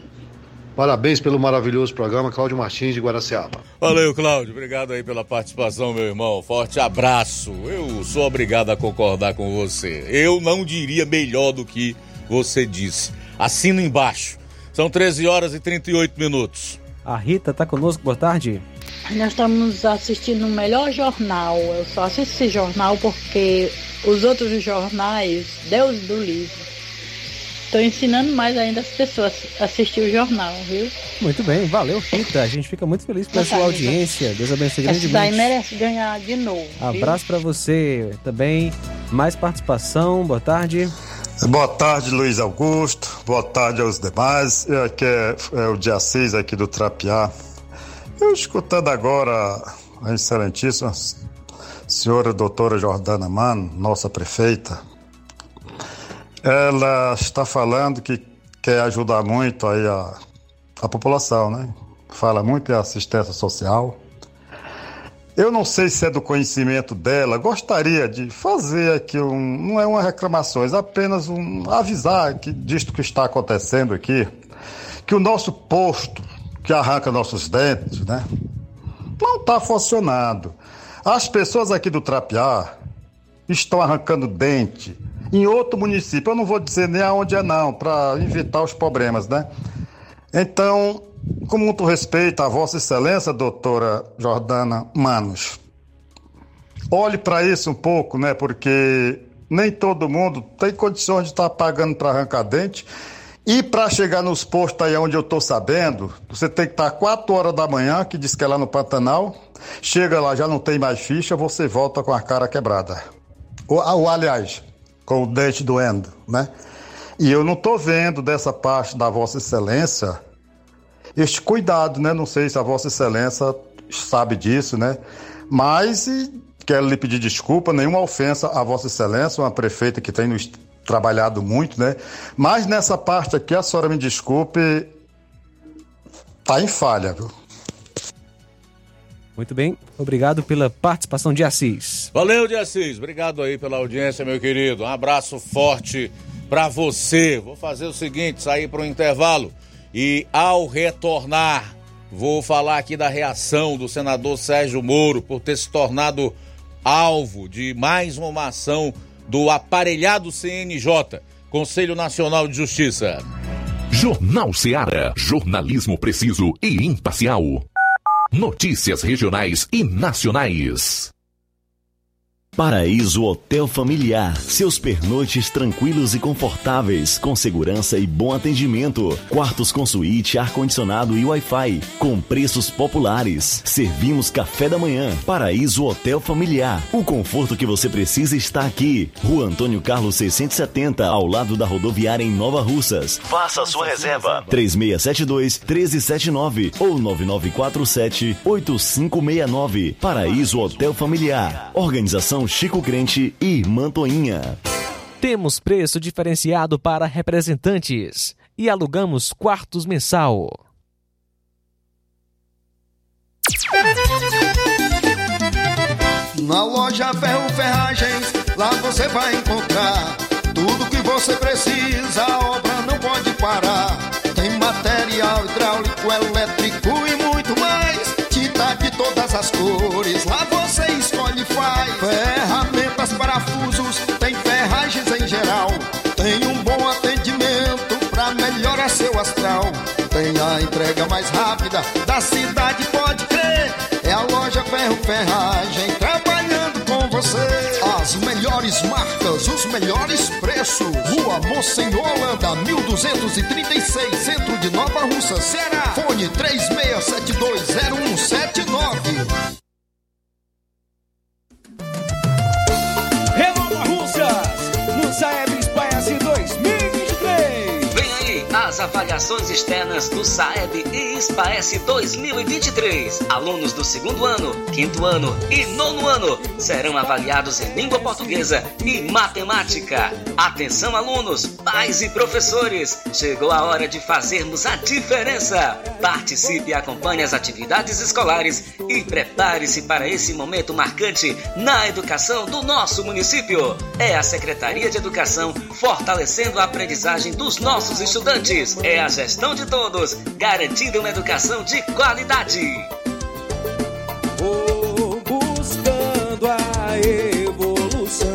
Parabéns pelo maravilhoso programa, Cláudio Martins de Guaraciaba. Valeu, Cláudio. Obrigado aí pela participação, meu irmão. Forte abraço. Eu sou obrigado a concordar com você. Eu não diria melhor do que você disse. Assina embaixo. São treze horas e trinta e oito minutos. A Rita tá conosco, boa tarde. Nós estamos assistindo o melhor jornal. Eu só assisto esse jornal porque os outros jornais, Deus do livro. Estou ensinando mais ainda as pessoas a assistir o jornal, viu? Muito bem, valeu, Rita. A gente fica muito feliz pela sua audiência. Deus abençoe grandemente. Essa daí merece ganhar de novo. Abraço para você também. Mais participação, boa tarde. Boa tarde, Luiz Augusto. Boa tarde aos demais. Aqui é, é o dia seis aqui do Trapiá. Eu escutando agora a excelentíssima senhora doutora Jordana Mano, nossa prefeita. Ela está falando que quer ajudar muito aí a, a população, né? Fala muito em assistência social. Eu não sei se é do conhecimento dela, gostaria de fazer aqui um... Não é uma reclamação, é apenas um avisar que, disto que está acontecendo aqui, que o nosso posto, que arranca nossos dentes, né? Não está funcionando. As pessoas aqui do Trapiá estão arrancando dente em outro município, eu não vou dizer nem aonde é não, para evitar os problemas, né? Então, com muito respeito à Vossa Excelência, doutora Jordana Manos, olhe para isso um pouco, né? Porque nem todo mundo tem condições de estar pagando para arrancar dente. E para chegar nos postos aí onde eu estou sabendo, você tem que estar quatro horas da manhã, que diz que é lá no Pantanal, chega lá, já não tem mais ficha, você volta com a cara quebrada. Ou, ou aliás, com o dente doendo, né? E eu não estou vendo dessa parte da Vossa Excelência este cuidado, né? Não sei se a Vossa Excelência sabe disso, né? Mas quero lhe pedir desculpa, nenhuma ofensa à Vossa Excelência, uma prefeita que tem nos trabalhado muito, né? Mas nessa parte aqui, a senhora me desculpe, tá em falha, viu? Muito bem, obrigado pela participação de Assis. Valeu, de Assis, obrigado aí pela audiência, meu querido. Um abraço forte pra você. Vou fazer o seguinte, sair para um intervalo e ao retornar, vou falar aqui da reação do senador Sérgio Moro por ter se tornado alvo de mais uma ação do aparelhado C N J, Conselho Nacional de Justiça. Jornal Ceará, jornalismo preciso e imparcial. Notícias regionais e nacionais. Paraíso Hotel Familiar, seus pernoites tranquilos e confortáveis, com segurança e bom atendimento, quartos com suíte, ar-condicionado e Wi-Fi, com preços populares. Servimos café da manhã. Paraíso Hotel Familiar, o conforto que você precisa está aqui. Rua Antônio Carlos seiscentos e setenta, ao lado da rodoviária em Nova Russas. Faça a sua reserva. três seis sete dois, um três sete nove ou nove nove quatro sete, oito cinco seis nove. Paraíso Hotel Familiar. Organização Chico Crente e Mantoinha. Temos preço diferenciado para representantes e alugamos quartos mensal. Na loja Ferro Ferragens, lá você vai encontrar tudo que você precisa, a obra não pode parar. Tem material hidráulico, elétrico e muito mais. Tinta de todas as cores, lá você escolhe e faz. Ferramentas, parafusos, tem ferragens em geral. Tem um bom atendimento pra melhorar seu astral. Tem a entrega mais rápida da cidade, pode crer. É a loja Ferro Ferragem trabalhando com você. As melhores marcas, os melhores preços. Rua Monsenhor Holanda, mil duzentos e trinta e seis, centro de Nova Russa, Ceará. Fone três seis sete dois zero um sete nove. Renova Russas, no Saeb Espace dois mil e vinte e três. Vem aí as avaliações externas do Saeb e Espace dois mil e vinte e três. Alunos do segundo ano, quinto ano e nono ano serão avaliados em língua portuguesa e matemática. Atenção, alunos, pais e professores, chegou a hora de fazermos a diferença. Participe e acompanhe as atividades escolares e prepare-se para esse momento marcante na educação do nosso município. É a Secretaria de Educação fortalecendo a aprendizagem dos nossos estudantes. É a gestão de todos, garantindo uma educação de qualidade. Oh, buscando a evolução.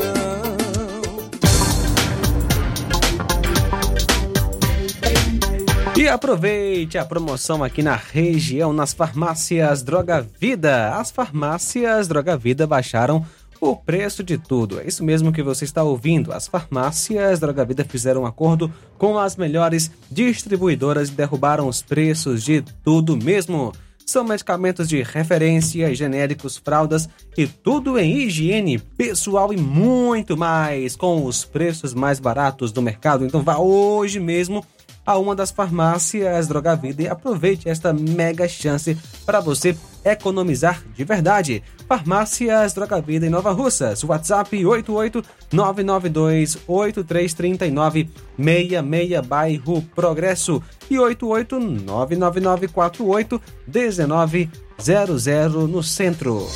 E aproveite a promoção aqui na região, nas farmácias Droga Vida. As farmácias Droga Vida baixaram o preço de tudo. É isso mesmo que você está ouvindo. As farmácias Droga Vida fizeram um acordo com as melhores distribuidoras e derrubaram os preços de tudo mesmo. São medicamentos de referência, genéricos, fraldas e tudo em higiene pessoal e muito mais, com os preços mais baratos do mercado. Então vá hoje mesmo a uma das farmácias Droga Vida e aproveite esta mega chance para você economizar de verdade. Farmácias Droga Vida em Nova Russas, WhatsApp oito oito nove nove dois oito três três nove seis seis, bairro Progresso, e oito oito nove nove nove quatro oito um nove zero zero no centro.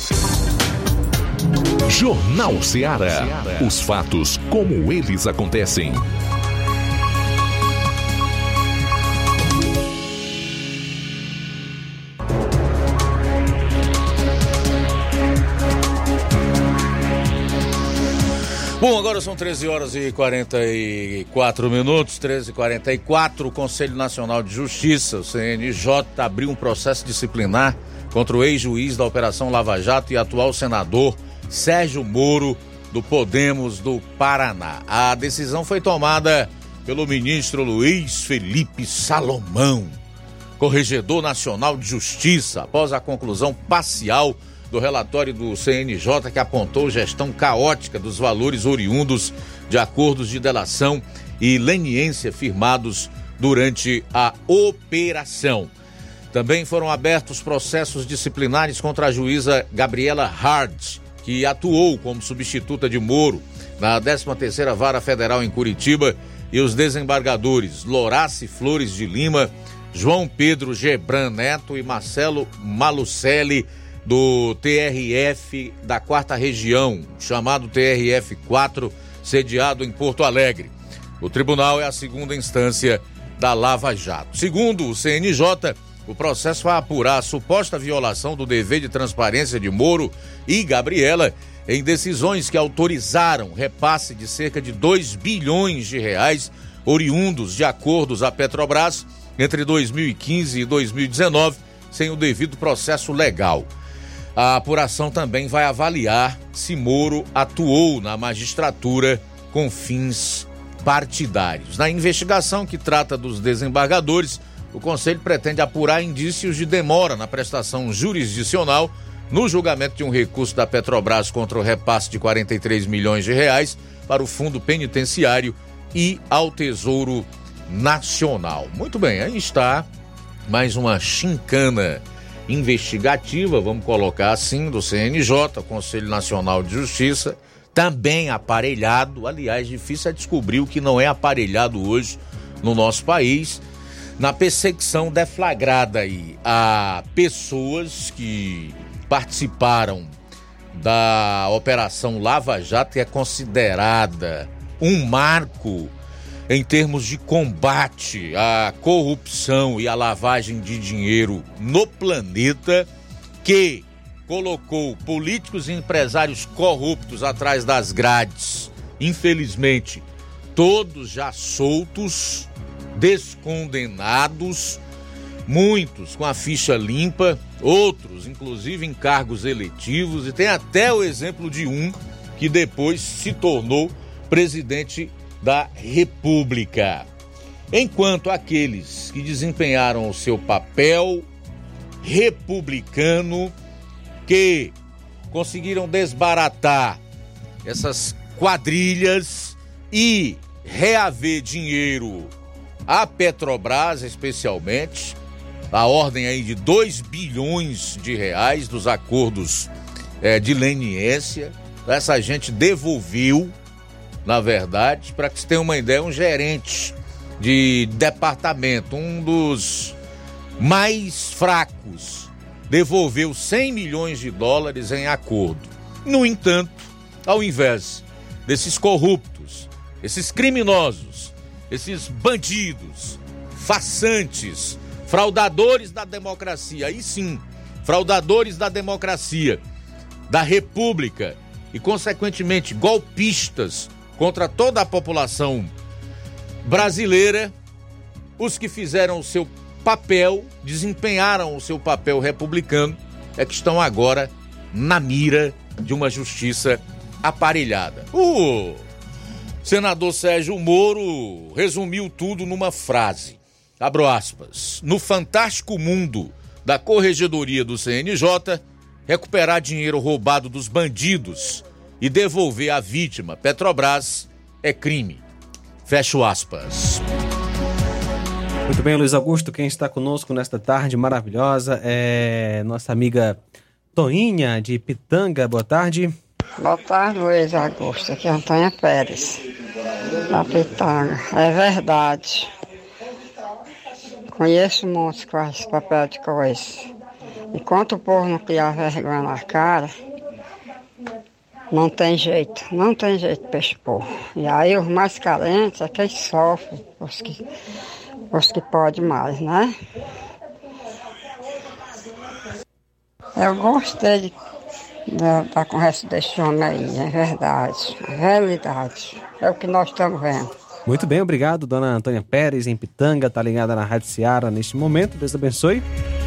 Jornal Ceará. Os fatos como eles acontecem. Bom, agora são treze horas e quarenta e quatro minutos, treze e quarenta e quatro. O Conselho Nacional de Justiça, o C N J, abriu um processo disciplinar contra o ex-juiz da Operação Lava Jato e atual senador Sérgio Moro, do Podemos do Paraná. A decisão foi tomada pelo ministro Luiz Felipe Salomão, corregedor nacional de Justiça, após a conclusão parcial do relatório do C N J, que apontou gestão caótica dos valores oriundos de acordos de delação e leniência firmados durante a operação. Também foram abertos processos disciplinares contra a juíza Gabriela Hard, que atuou como substituta de Moro na décima terceira Vara Federal em Curitiba, e os desembargadores Loraci Flores de Lima, João Pedro Gebran Neto e Marcelo Malucelli do T R F da quarta região, chamado T R F quatro, sediado em Porto Alegre. O tribunal é a segunda instância da Lava Jato. Segundo o C N J, o processo vai apurar a suposta violação do dever de transparência de Moro e Gabriela em decisões que autorizaram repasse de cerca de dois bilhões de reais oriundos de acordos à Petrobras entre dois mil e quinze e dois mil e dezenove, sem o devido processo legal. A apuração também vai avaliar se Moro atuou na magistratura com fins partidários. Na investigação que trata dos desembargadores, o Conselho pretende apurar indícios de demora na prestação jurisdicional no julgamento de um recurso da Petrobras contra o repasse de quarenta e três milhões de reais para o Fundo Penitenciário e ao Tesouro Nacional. Muito bem, aí está mais uma chincana investigativa, vamos colocar assim, do C N J, Conselho Nacional de Justiça, também aparelhado. Aliás, difícil é descobrir o que não é aparelhado hoje no nosso país, na perseguição deflagrada aí a pessoas que participaram da Operação Lava Jato, que é considerada um marco em termos de combate à corrupção e à lavagem de dinheiro no planeta, que colocou políticos e empresários corruptos atrás das grades, infelizmente, todos já soltos, descondenados, muitos com a ficha limpa, outros, inclusive, em cargos eletivos, e tem até o exemplo de um que depois se tornou presidente da República. Enquanto aqueles que desempenharam o seu papel republicano, que conseguiram desbaratar essas quadrilhas e reaver dinheiro à Petrobras, especialmente, a ordem aí de dois bilhões de reais dos acordos é, de leniência. Essa gente devolveu, na verdade, para que você tenha uma ideia, um gerente de departamento, um dos mais fracos, devolveu cem milhões de dólares em acordo. No entanto, ao invés desses corruptos, esses criminosos, esses bandidos, façantes, fraudadores da democracia, aí sim, fraudadores da democracia, da República e, consequentemente, golpistas contra toda a população brasileira, os que fizeram o seu papel, desempenharam o seu papel republicano, é que estão agora na mira de uma justiça aparelhada. O senador Sérgio Moro resumiu tudo numa frase. Abro aspas. No fantástico mundo da corregedoria do C N J, recuperar dinheiro roubado dos bandidos e devolver à vítima Petrobras é crime. Fecho aspas. Muito bem, Luiz Augusto, quem está conosco nesta tarde maravilhosa é nossa amiga Toinha de Pitanga. Boa tarde. Boa tarde, Luiz Augusto. Aqui é Antônia Pérez, da Pitanga. É verdade. Conheço muitos que fazem esse papel de coisa. Enquanto o povo não criar vergonha na cara, não tem jeito, não tem jeito para esse povo. E aí os mais carentes é quem sofre, os que, os que podem mais, né? Eu gostei de, da, da conversa desse homem aí, é verdade, é realidade, é o que nós estamos vendo. Muito bem, obrigado, dona Antônia Pérez, em Pitanga, tá ligada na Rádio Ceará neste momento, Deus abençoe.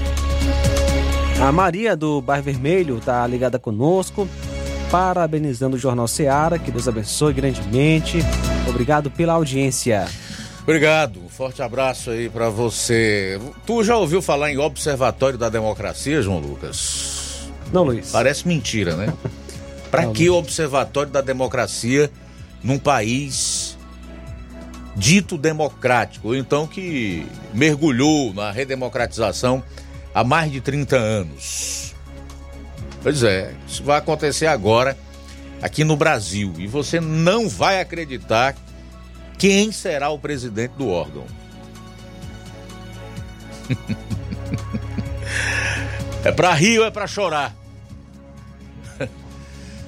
A Maria do Bairro Vermelho tá ligada conosco, parabenizando o Jornal Ceará, que Deus abençoe grandemente. Obrigado pela audiência. Obrigado, um forte abraço aí pra você. Tu já ouviu falar em Observatório da Democracia, João Lucas? Não, Luiz. Parece mentira, né? Pra Não, que o Observatório da Democracia num país dito democrático, ou então que mergulhou na redemocratização há mais de trinta anos? Pois é, isso vai acontecer agora aqui no Brasil e você não vai acreditar quem será o presidente do órgão. É pra rir ou é pra chorar?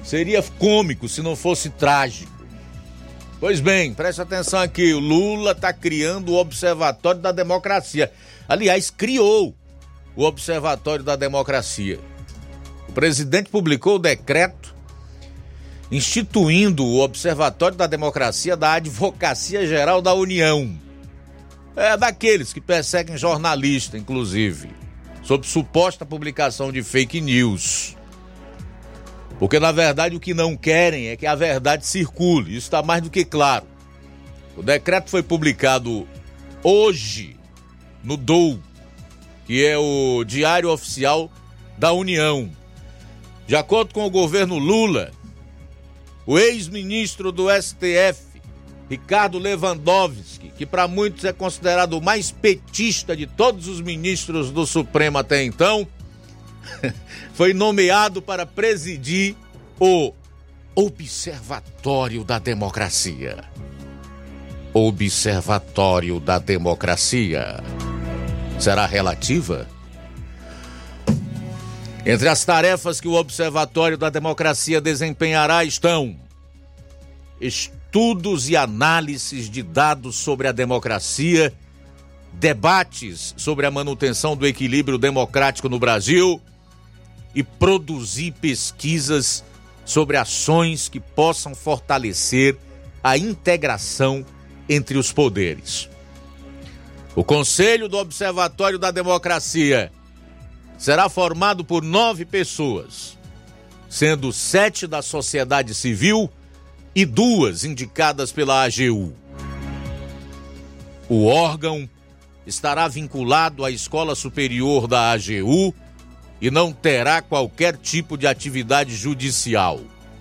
Seria cômico se não fosse trágico. Pois bem, preste atenção aqui, o Lula está criando o Observatório da Democracia. Aliás, criou o Observatório da Democracia. O presidente publicou o decreto instituindo o Observatório da Democracia da Advocacia Geral da União. É daqueles que perseguem jornalista, inclusive, sob suposta publicação de fake news. Porque, na verdade, o que não querem é que a verdade circule. Isso está mais do que claro. O decreto foi publicado hoje no D O U, que é o Diário Oficial da União. De acordo com o governo Lula, o ex-ministro do S T F, Ricardo Lewandowski, que para muitos é considerado o mais petista de todos os ministros do Supremo até então, foi nomeado para presidir o Observatório da Democracia. Observatório da Democracia. Será relativa? Entre as tarefas que o Observatório da Democracia desempenhará estão estudos e análises de dados sobre a democracia, debates sobre a manutenção do equilíbrio democrático no Brasil e produzir pesquisas sobre ações que possam fortalecer a integração entre os poderes. O Conselho do Observatório da Democracia será formado por nove pessoas, sendo sete da sociedade civil e duas indicadas pela A G U. O órgão estará vinculado à Escola Superior da A G U e não terá qualquer tipo de atividade judicial.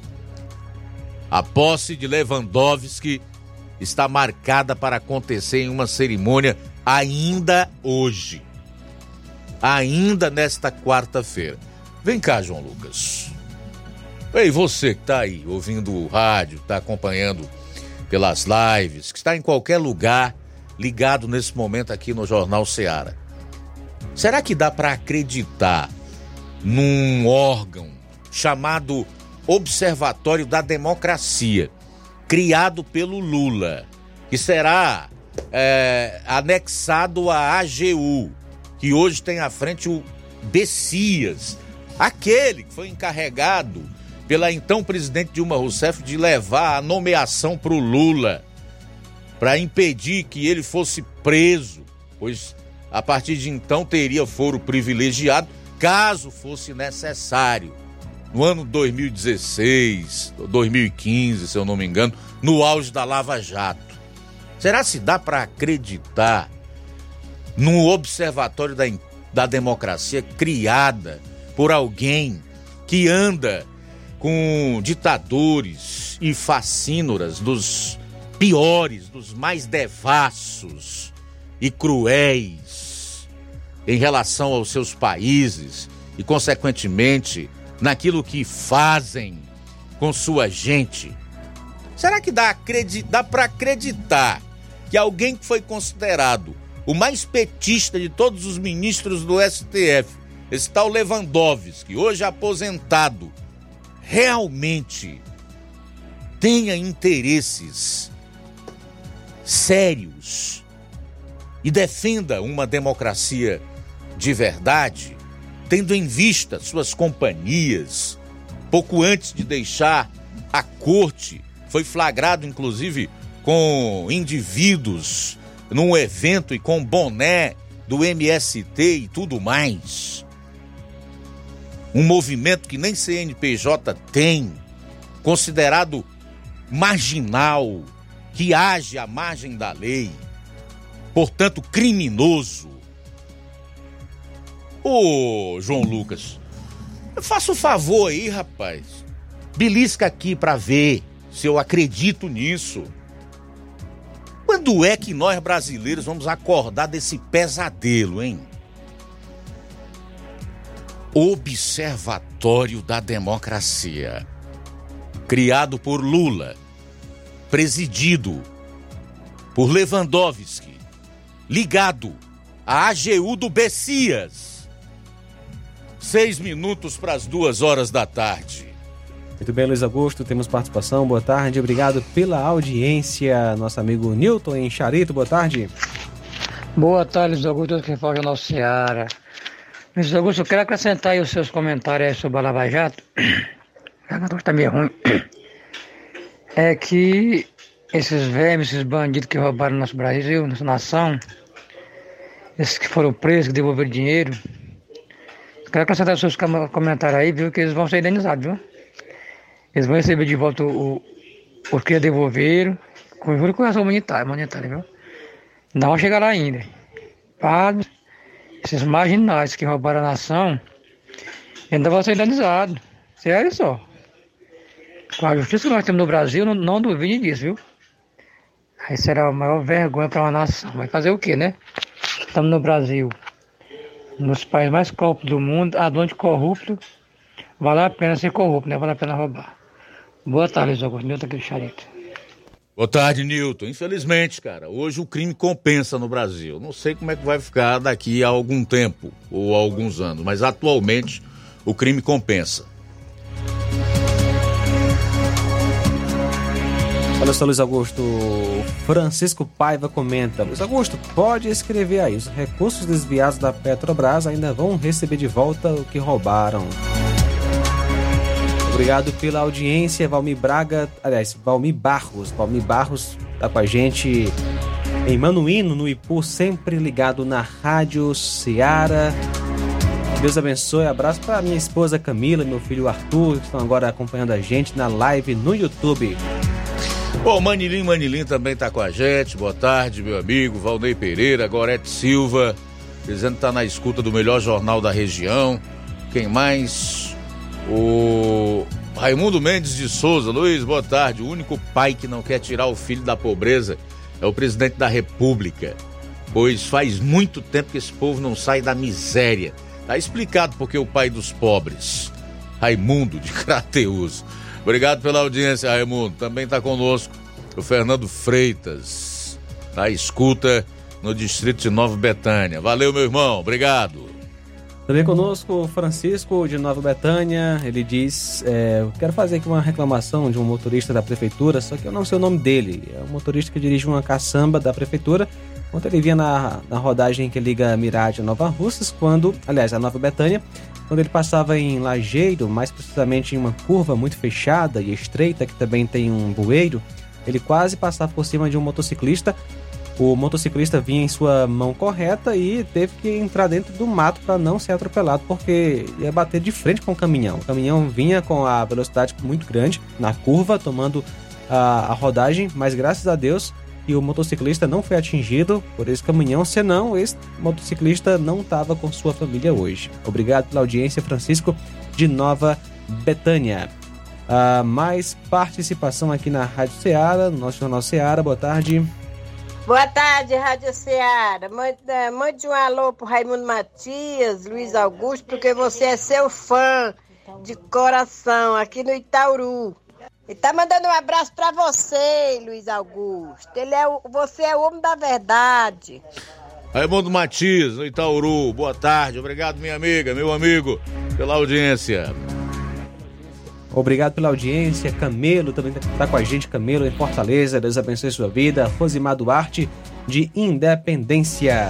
A posse de Lewandowski está marcada para acontecer em uma cerimônia ainda hoje. Ainda nesta quarta-feira. Vem cá, João Lucas. Ei, você que está aí ouvindo o rádio, está acompanhando pelas lives, que está em qualquer lugar ligado nesse momento aqui no Jornal Ceará. Será que dá para acreditar num órgão chamado Observatório da Democracia, criado pelo Lula, que será é, anexado à A G U, que hoje tem à frente o Bessias, aquele que foi encarregado pela então presidente Dilma Rousseff de levar a nomeação para o Lula, para impedir que ele fosse preso, pois a partir de então teria foro privilegiado, caso fosse necessário. No ano dois mil e dezesseis, dois mil e quinze, se eu não me engano, no auge da Lava Jato. Será se dá para acreditar num observatório da, da democracia criada por alguém que anda com ditadores e facínoras dos piores, dos mais devassos e cruéis em relação aos seus países e, consequentemente, naquilo que fazem com sua gente? Será que dá, dá para acreditar que alguém que foi considerado o mais petista de todos os ministros do S T F, esse tal Lewandowski, hoje aposentado, realmente tenha interesses sérios e defenda uma democracia de verdade, tendo em vista suas companhias? Pouco antes de deixar a corte, foi flagrado inclusive com indivíduos num evento e com boné do M S T e tudo mais. Um movimento que nem C N P J tem, considerado marginal, que age à margem da lei, portanto criminoso. Ô, João Lucas, faça o favor aí, rapaz. Belisca aqui pra ver se eu acredito nisso. Quando é que nós brasileiros vamos acordar desse pesadelo, hein? Observatório da Democracia, criado por Lula, presidido por Lewandowski, ligado à A G U do Bessias. Seis minutos para as duas horas da tarde. Muito bem, Luiz Augusto, temos participação. Boa tarde, obrigado pela audiência. Nosso amigo Newton em Charito, boa tarde. Boa tarde, Luiz Augusto, que fala Jornal Seara. Luiz Augusto, eu quero acrescentar aí os seus comentários aí sobre a Lava Jato. A garganta está meio ruim. É que esses vermes, esses bandidos que roubaram nosso Brasil, nossa nação, esses que foram presos, que devolveram dinheiro, eu quero acrescentar os seus comentários aí, viu, que eles vão ser indenizados, viu? Eles vão receber de volta o, o que devolveram, com juro e com razão monetária, monetária, viu? Não vão chegar lá ainda. Padres, esses marginais que roubaram a nação, ainda vão ser indenizados. Sério só. Com a justiça que nós temos no Brasil, não, não duvide disso, viu? Aí será a maior vergonha para uma nação. Vai fazer o quê, né? Estamos no Brasil, nos países mais corruptos do mundo, a dono de corrupto, vale a pena ser corrupto, né? Vale a pena roubar. Boa tarde, Luiz Augusto. Nilton aqui do Charito. Boa tarde, Nilton. Infelizmente, cara, hoje o crime compensa no Brasil. Não sei como é que vai ficar daqui a algum tempo ou a alguns anos, mas atualmente o crime compensa. Olha só, Luiz Augusto, Francisco Paiva comenta: Luiz Augusto, pode escrever aí, os recursos desviados da Petrobras ainda vão receber de volta o que roubaram. Obrigado pela audiência, Valmir Braga, aliás, Valmir Barros, Valmir Barros tá com a gente em Manuíno, no Ipu, sempre ligado na Rádio Ceará. Deus abençoe, abraço para minha esposa Camila e meu filho Arthur, que estão agora acompanhando a gente na live no YouTube. Bom, Manilim, Manilim também tá com a gente, boa tarde, meu amigo, Valnei Pereira, Gorete Silva, dizendo que tá na escuta do melhor jornal da região. Quem mais? O Raimundo Mendes de Souza. Luiz, boa tarde. O único pai que não quer tirar o filho da pobreza é o presidente da República, pois faz muito tempo que esse povo não sai da miséria. Tá explicado porque o pai dos pobres, Raimundo de Crateús. Obrigado pela audiência, Raimundo. Também tá conosco o Fernando Freitas, na escuta no distrito de Nova Betânia. Valeu, meu irmão. Obrigado. Também conosco o Francisco de Nova Betânia. Ele diz: é, eu quero fazer aqui uma reclamação de um motorista da prefeitura, só que eu não sei o nome dele. É um motorista que dirige uma caçamba da prefeitura. Ontem ele vinha na, na rodagem que liga Mirade a Nova Russas, quando, aliás, a Nova Betânia, quando ele passava em Lajeiro, mais precisamente em uma curva muito fechada e estreita, que também tem um bueiro, ele quase passava por cima de um motociclista. O motociclista vinha em sua mão correta e teve que entrar dentro do mato para não ser atropelado, porque ia bater de frente com o caminhão. O caminhão vinha com a velocidade muito grande na curva, tomando a, a rodagem, mas graças a Deus que o motociclista não foi atingido por esse caminhão, senão esse motociclista não estava com sua família hoje. Obrigado pela audiência, Francisco de Nova Betânia. Uh, mais participação aqui na Rádio Ceará, no nosso Jornal Ceará. Boa tarde. Boa tarde, Rádio Ceará. Mande, mande um alô pro Raimundo Matias, Luiz Augusto, porque você é seu fã de coração aqui no Itauru. Ele tá mandando um abraço pra você, Luiz Augusto. Ele é o, você é o homem da verdade. Raimundo Matias, no Itauru. Boa tarde. Obrigado, minha amiga, meu amigo, pela audiência. Obrigado pela audiência. Camelo também está com a gente. Camelo em Fortaleza. Deus abençoe sua vida. Rosimar Duarte de Independência.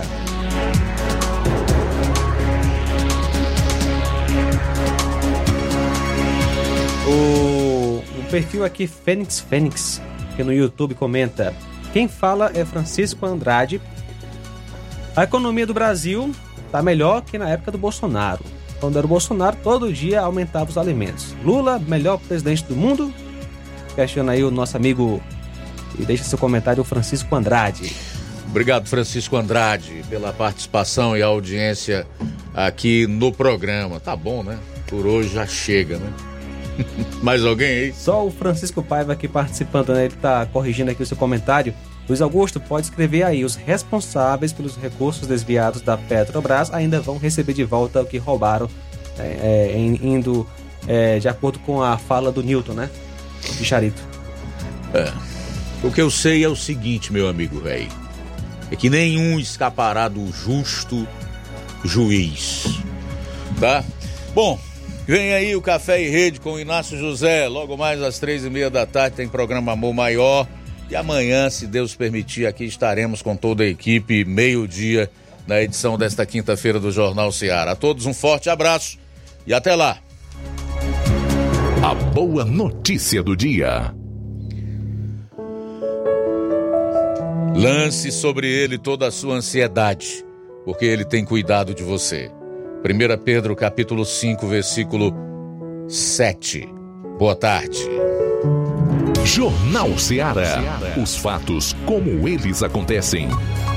O, o perfil aqui Fênix Fênix, que no YouTube comenta: quem fala é Francisco Andrade. A economia do Brasil está melhor que na época do Bolsonaro. Quando era o Bolsonaro, todo dia aumentava os alimentos. Lula, melhor presidente do mundo? Questiona aí o nosso amigo e deixa seu comentário, o Francisco Andrade. Obrigado, Francisco Andrade, pela participação e audiência aqui no programa. Tá bom, né? Por hoje já chega, né? Mais alguém aí? Só o Francisco Paiva aqui participando, né? Ele tá corrigindo aqui o seu comentário. Luiz Augusto, pode escrever aí: os responsáveis pelos recursos desviados da Petrobras ainda vão receber de volta o que roubaram, é, é, indo é, de acordo com a fala do Newton, né? De Charito. É. O que eu sei é o seguinte, meu amigo velho, é que nenhum escapará do justo juiz, tá? Bom, Vem aí o Café e Rede com o Inácio José. Logo mais às três e meia da tarde tem programa Amor Maior. E amanhã, se Deus permitir, aqui estaremos com toda a equipe, meio-dia, na edição desta quinta-feira do Jornal Ceará. A todos um forte abraço e até lá. A boa notícia do dia. Lance sobre ele toda a sua ansiedade, porque ele tem cuidado de você. primeira Pedro capítulo cinco, versículo sete. Boa tarde. Jornal Ceará. Os fatos como eles acontecem.